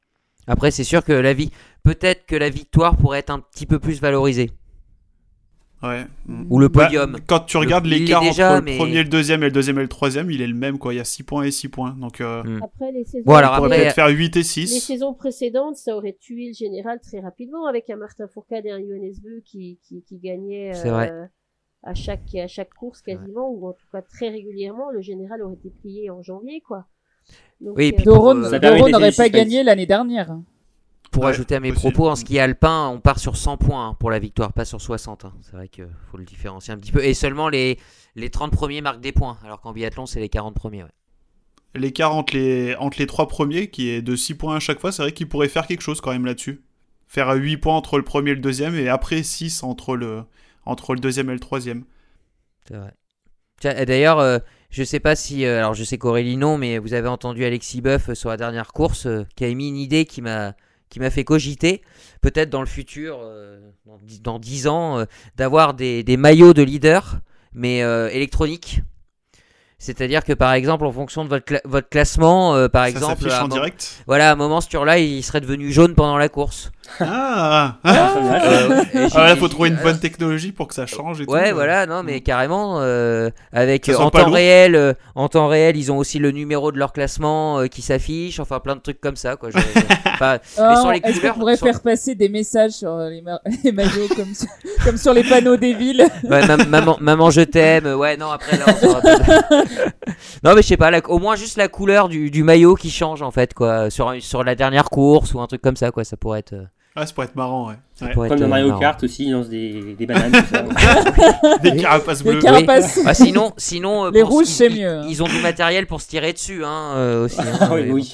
Après, c'est sûr que peut-être que la victoire pourrait être un petit peu plus valorisée. Ouais. Ou le podium. Quand tu regardes l'écart entre le premier et le deuxième, et le deuxième et le troisième, il est le même, quoi. Il y a 6 points et 6 points. Donc, après, les saisons... on pourrait peut-être faire 8 et 6. Les saisons précédentes, ça aurait tué le général très rapidement, avec un Martin Fourcade et un Johannes Beu qui gagnaient à chaque course quasiment, ou en tout cas très régulièrement. Le général aurait été plié en janvier, quoi. Donc, oui, et puis Doro n'aurait pas gagné l'année dernière. Pour ajouter à mes propos, en ski alpin, on part sur 100 points pour la victoire, pas sur 60. C'est vrai qu'il faut le différencier un petit peu. Et seulement les 30 premiers marquent des points, alors qu'en biathlon, c'est les 40 premiers. Ouais. L'écart entre les 3 premiers, qui est de 6 points à chaque fois, c'est vrai qu'il pourrait faire quelque chose quand même là-dessus. Faire 8 points entre le premier et le deuxième, et après 6 entre le deuxième et le troisième. C'est vrai. Tiens, et d'ailleurs, je sais pas si... alors je sais qu'Aurélie non, mais vous avez entendu Alexis Boeuf sur la dernière course, qui a émis une idée qui m'a fait cogiter, peut-être dans le futur, dans 10 ans, d'avoir des maillots de leader, mais électroniques. C'est-à-dire que par exemple, en fonction de votre classement, par exemple, s'affiche en direct. Voilà, à un moment, ce tour-là, il serait devenu jaune pendant la course. Là, faut trouver une bonne technologie pour que ça change. Et ouais, tout, voilà, non, mais carrément, avec en temps réel, ils ont aussi le numéro de leur classement qui s'affiche, enfin plein de trucs comme ça, quoi. Est-ce qu'on pourrait faire passer des messages sur les maillots comme sur les panneaux des villes? Ouais, maman, je t'aime. Ouais, non, après là, on saura pas. Non, mais je sais pas, au moins juste la couleur du maillot qui change en fait, quoi, sur la dernière course ou un truc comme ça, quoi. Ça pourrait être. Ah, ça pourrait être marrant, ouais. Comme dans Mario Kart aussi, ils lancent des bananes, tout ça. Des carapaces bleues. Oui. Ah, sinon les rouges, c'est mieux. Ils ont du matériel pour se tirer dessus, aussi. Oui.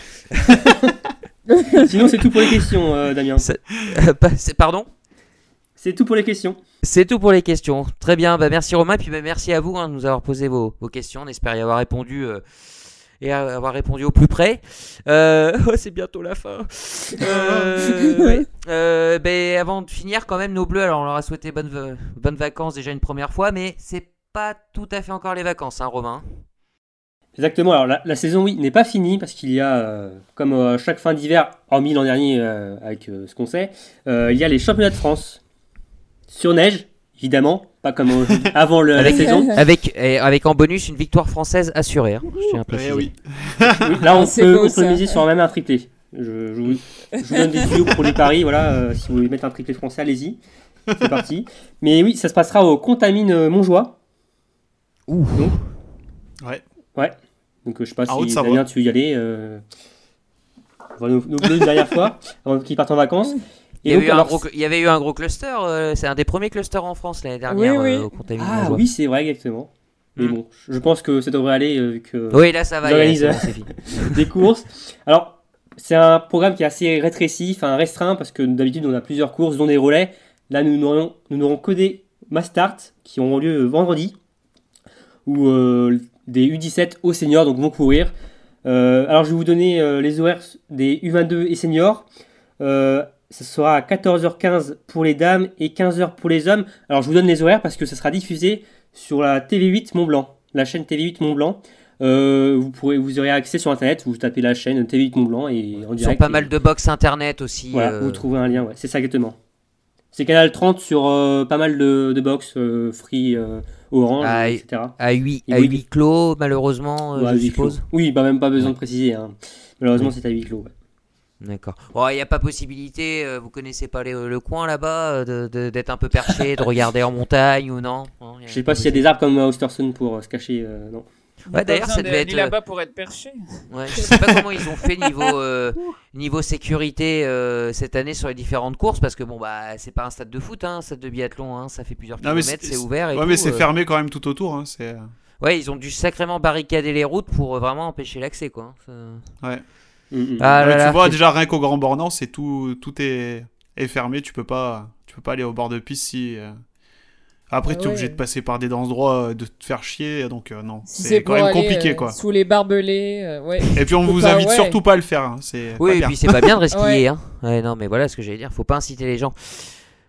Sinon, c'est tout pour les questions, Damien. Pardon ? C'est tout pour les questions. C'est tout pour les questions. Très bien, merci Romain, et puis merci à vous de nous avoir posé vos questions. On espère y avoir répondu et avoir répondu au plus près. C'est bientôt la fin. Avant de finir, quand même, nos bleus, alors on leur a souhaité bonnes vacances déjà une première fois, mais c'est pas tout à fait encore les vacances, hein, Romain. Exactement, alors la saison, oui, n'est pas finie parce qu'il y a, comme chaque fin d'hiver, hormis l'an dernier avec ce qu'on sait, il y a les championnats de France sur neige, évidemment, pas comme avant la saison. Avec en bonus une victoire française assurée. Hein, je tiens à préciser. Oui. Là, on peut miser sur même un triplé. Je vous donne des tuyaux pour les paris, voilà, si vous voulez mettre un triplé français, allez-y, c'est parti. Mais oui, ça se passera au Contamine Montjoie. Ouh. Donc, ouais. Donc je sais pas si Damien tu veux y aller. On va nos bleus une dernière fois avant qu'ils partent en vacances. Il y avait eu un gros cluster, c'est un des premiers clusters en France l'année dernière au Contamine Montjoie. Oui, c'est vrai, exactement. Mais bon, je pense que ça devrait aller. Oui, là ça va aller. Des courses. Alors, c'est un programme qui est assez rétréci, restreint, parce que d'habitude on a plusieurs courses, dont des relais. Là, nous n'aurons que des mass start qui auront lieu vendredi, où des U17 aux seniors donc vont courir. Alors, je vais vous donner les horaires des U22 et seniors. Ça sera à 14h15 pour les dames et 15h pour les hommes. Alors, je vous donne les horaires parce que ça sera diffusé sur la TV8 Mont-Blanc, la chaîne TV8 Mont-Blanc. Vous aurez accès sur internet, vous tapez la chaîne TV8 Mont-Blanc et en direct. Sur pas mal de box internet aussi. Voilà, vous trouvez un lien, ouais, c'est ça exactement. C'est Canal 30 sur pas mal de box, Free, Orange, etc. À huis clos, malheureusement, je suppose. Oui, même pas besoin de préciser. Hein. Malheureusement, c'est à huis clos. Ouais. D'accord. Il n'y a pas possibilité, vous connaissez pas le coin là-bas, d'être un peu perché, de regarder en montagne ou non? Je sais pas s'il y a des arbres comme à Ostersund pour se cacher, non. Ouais, d'ailleurs, ça devait être là-bas pour être perché. Ouais, je sais pas comment ils ont fait niveau sécurité cette année sur les différentes courses, parce que c'est pas un stade de foot, un stade de biathlon, hein, ça fait plusieurs kilomètres, c'est ouvert. Mais c'est fermé quand même tout autour. Hein, Ouais, ils ont dû sacrément barricader les routes pour vraiment empêcher l'accès, quoi. Ouais. Tu vois, déjà rien qu'au Grand Bornand, tout est fermé, tu peux pas aller au bord de piste si. Après, tu es obligé de passer par des endroits de te faire chier, donc non, c'est quand même compliqué, quoi. Sous les barbelés, ouais. Et puis on vous invite surtout pas à le faire. Hein, et puis c'est pas bien de resquiller. Hein. Ouais, non, mais voilà ce que j'allais dire, faut pas inciter les gens.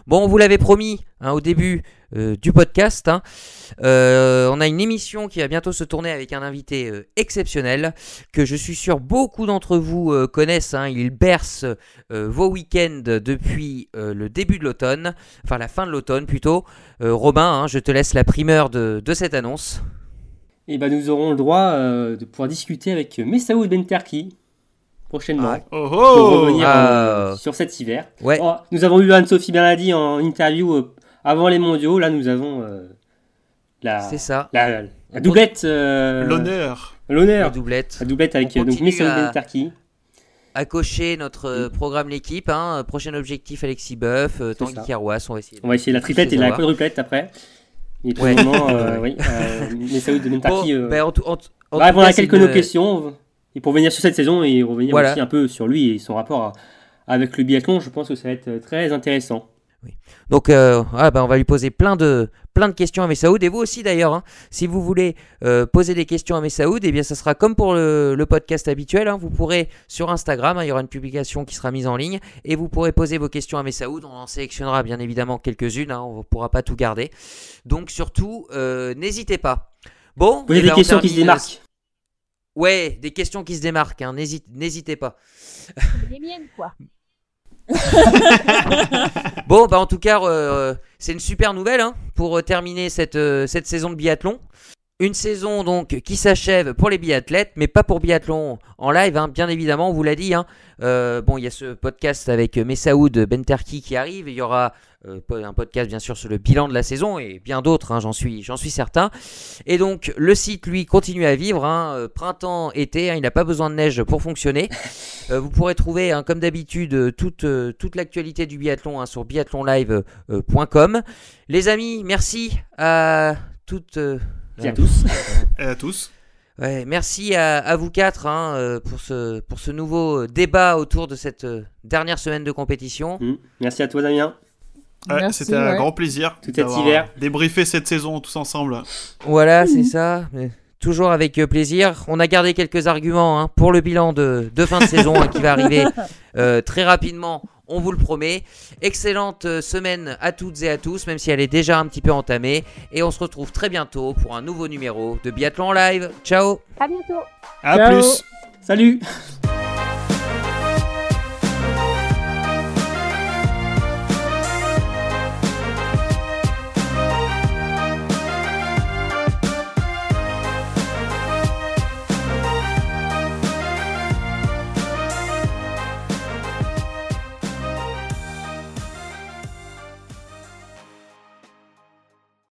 Bon, on vous l'avait promis au début du podcast. On a une émission qui va bientôt se tourner avec un invité exceptionnel que je suis sûr beaucoup d'entre vous connaissent. Il berce vos week-ends depuis le début de l'automne, enfin la fin de l'automne plutôt. Robin, je te laisse la primeur de cette annonce. Et nous aurons le droit de pouvoir discuter avec Messaoud Benterki prochainement pour revenir sur cet hiver. Ouais. Nous avons eu Anne-Sophie Bernardi en interview avant les mondiaux. Là, nous avons la doublette. L'honneur. La doublette. La doublette avec Messaoud Benterki. À cocher notre programme l'équipe. Prochain objectif, Alexis Boeuf, Tanguy Carrouas. On va essayer la triplette et la quadruplette après. Et pour le moment, Messaoud Benterki va répondre à quelques de nos questions. Et pour venir sur cette saison et revenir aussi un peu sur lui et son rapport avec le biathlon, je pense que ça va être très intéressant. Oui. Donc on va lui poser plein de questions à Messaoud, et vous aussi d'ailleurs, si vous voulez poser des questions à Messaoud, eh bien ça sera comme pour le podcast habituel, vous pourrez sur Instagram, il y aura une publication qui sera mise en ligne et vous pourrez poser vos questions à Messaoud. On en sélectionnera bien évidemment quelques-unes, on ne pourra pas tout garder, donc surtout n'hésitez pas. Bon, vous avez des questions qui se démarquent. Ouais, des questions qui se démarquent, n'hésitez pas. Les miennes, quoi. Bon, en tout cas, c'est une super nouvelle pour terminer cette saison de biathlon. Une saison donc qui s'achève pour les biathlètes, mais pas pour biathlon en live, bien évidemment, on vous l'a dit. Il y a ce podcast avec Messaoud Benterki qui arrive, il y aura un podcast bien sûr sur le bilan de la saison et bien d'autres, j'en suis certain. Et donc le site lui continue à vivre, printemps, été, il n'a pas besoin de neige pour fonctionner. Vous pourrez trouver comme d'habitude toute l'actualité du biathlon sur biathlonlive.com. Les amis, merci à toutes et à tous. Et à tous. Ouais, merci à vous quatre pour ce nouveau débat autour de cette dernière semaine de compétition. Merci à toi Damien. C'était un grand plaisir tout cet hiver. Débriefer cette saison tous ensemble. Voilà, c'est ça. Mais toujours avec plaisir. On a gardé quelques arguments pour le bilan de fin de saison qui va arriver très rapidement. On vous le promet. Excellente semaine à toutes et à tous, même si elle est déjà un petit peu entamée. Et on se retrouve très bientôt pour un nouveau numéro de Biathlon Live. Ciao. À bientôt. À plus. Salut.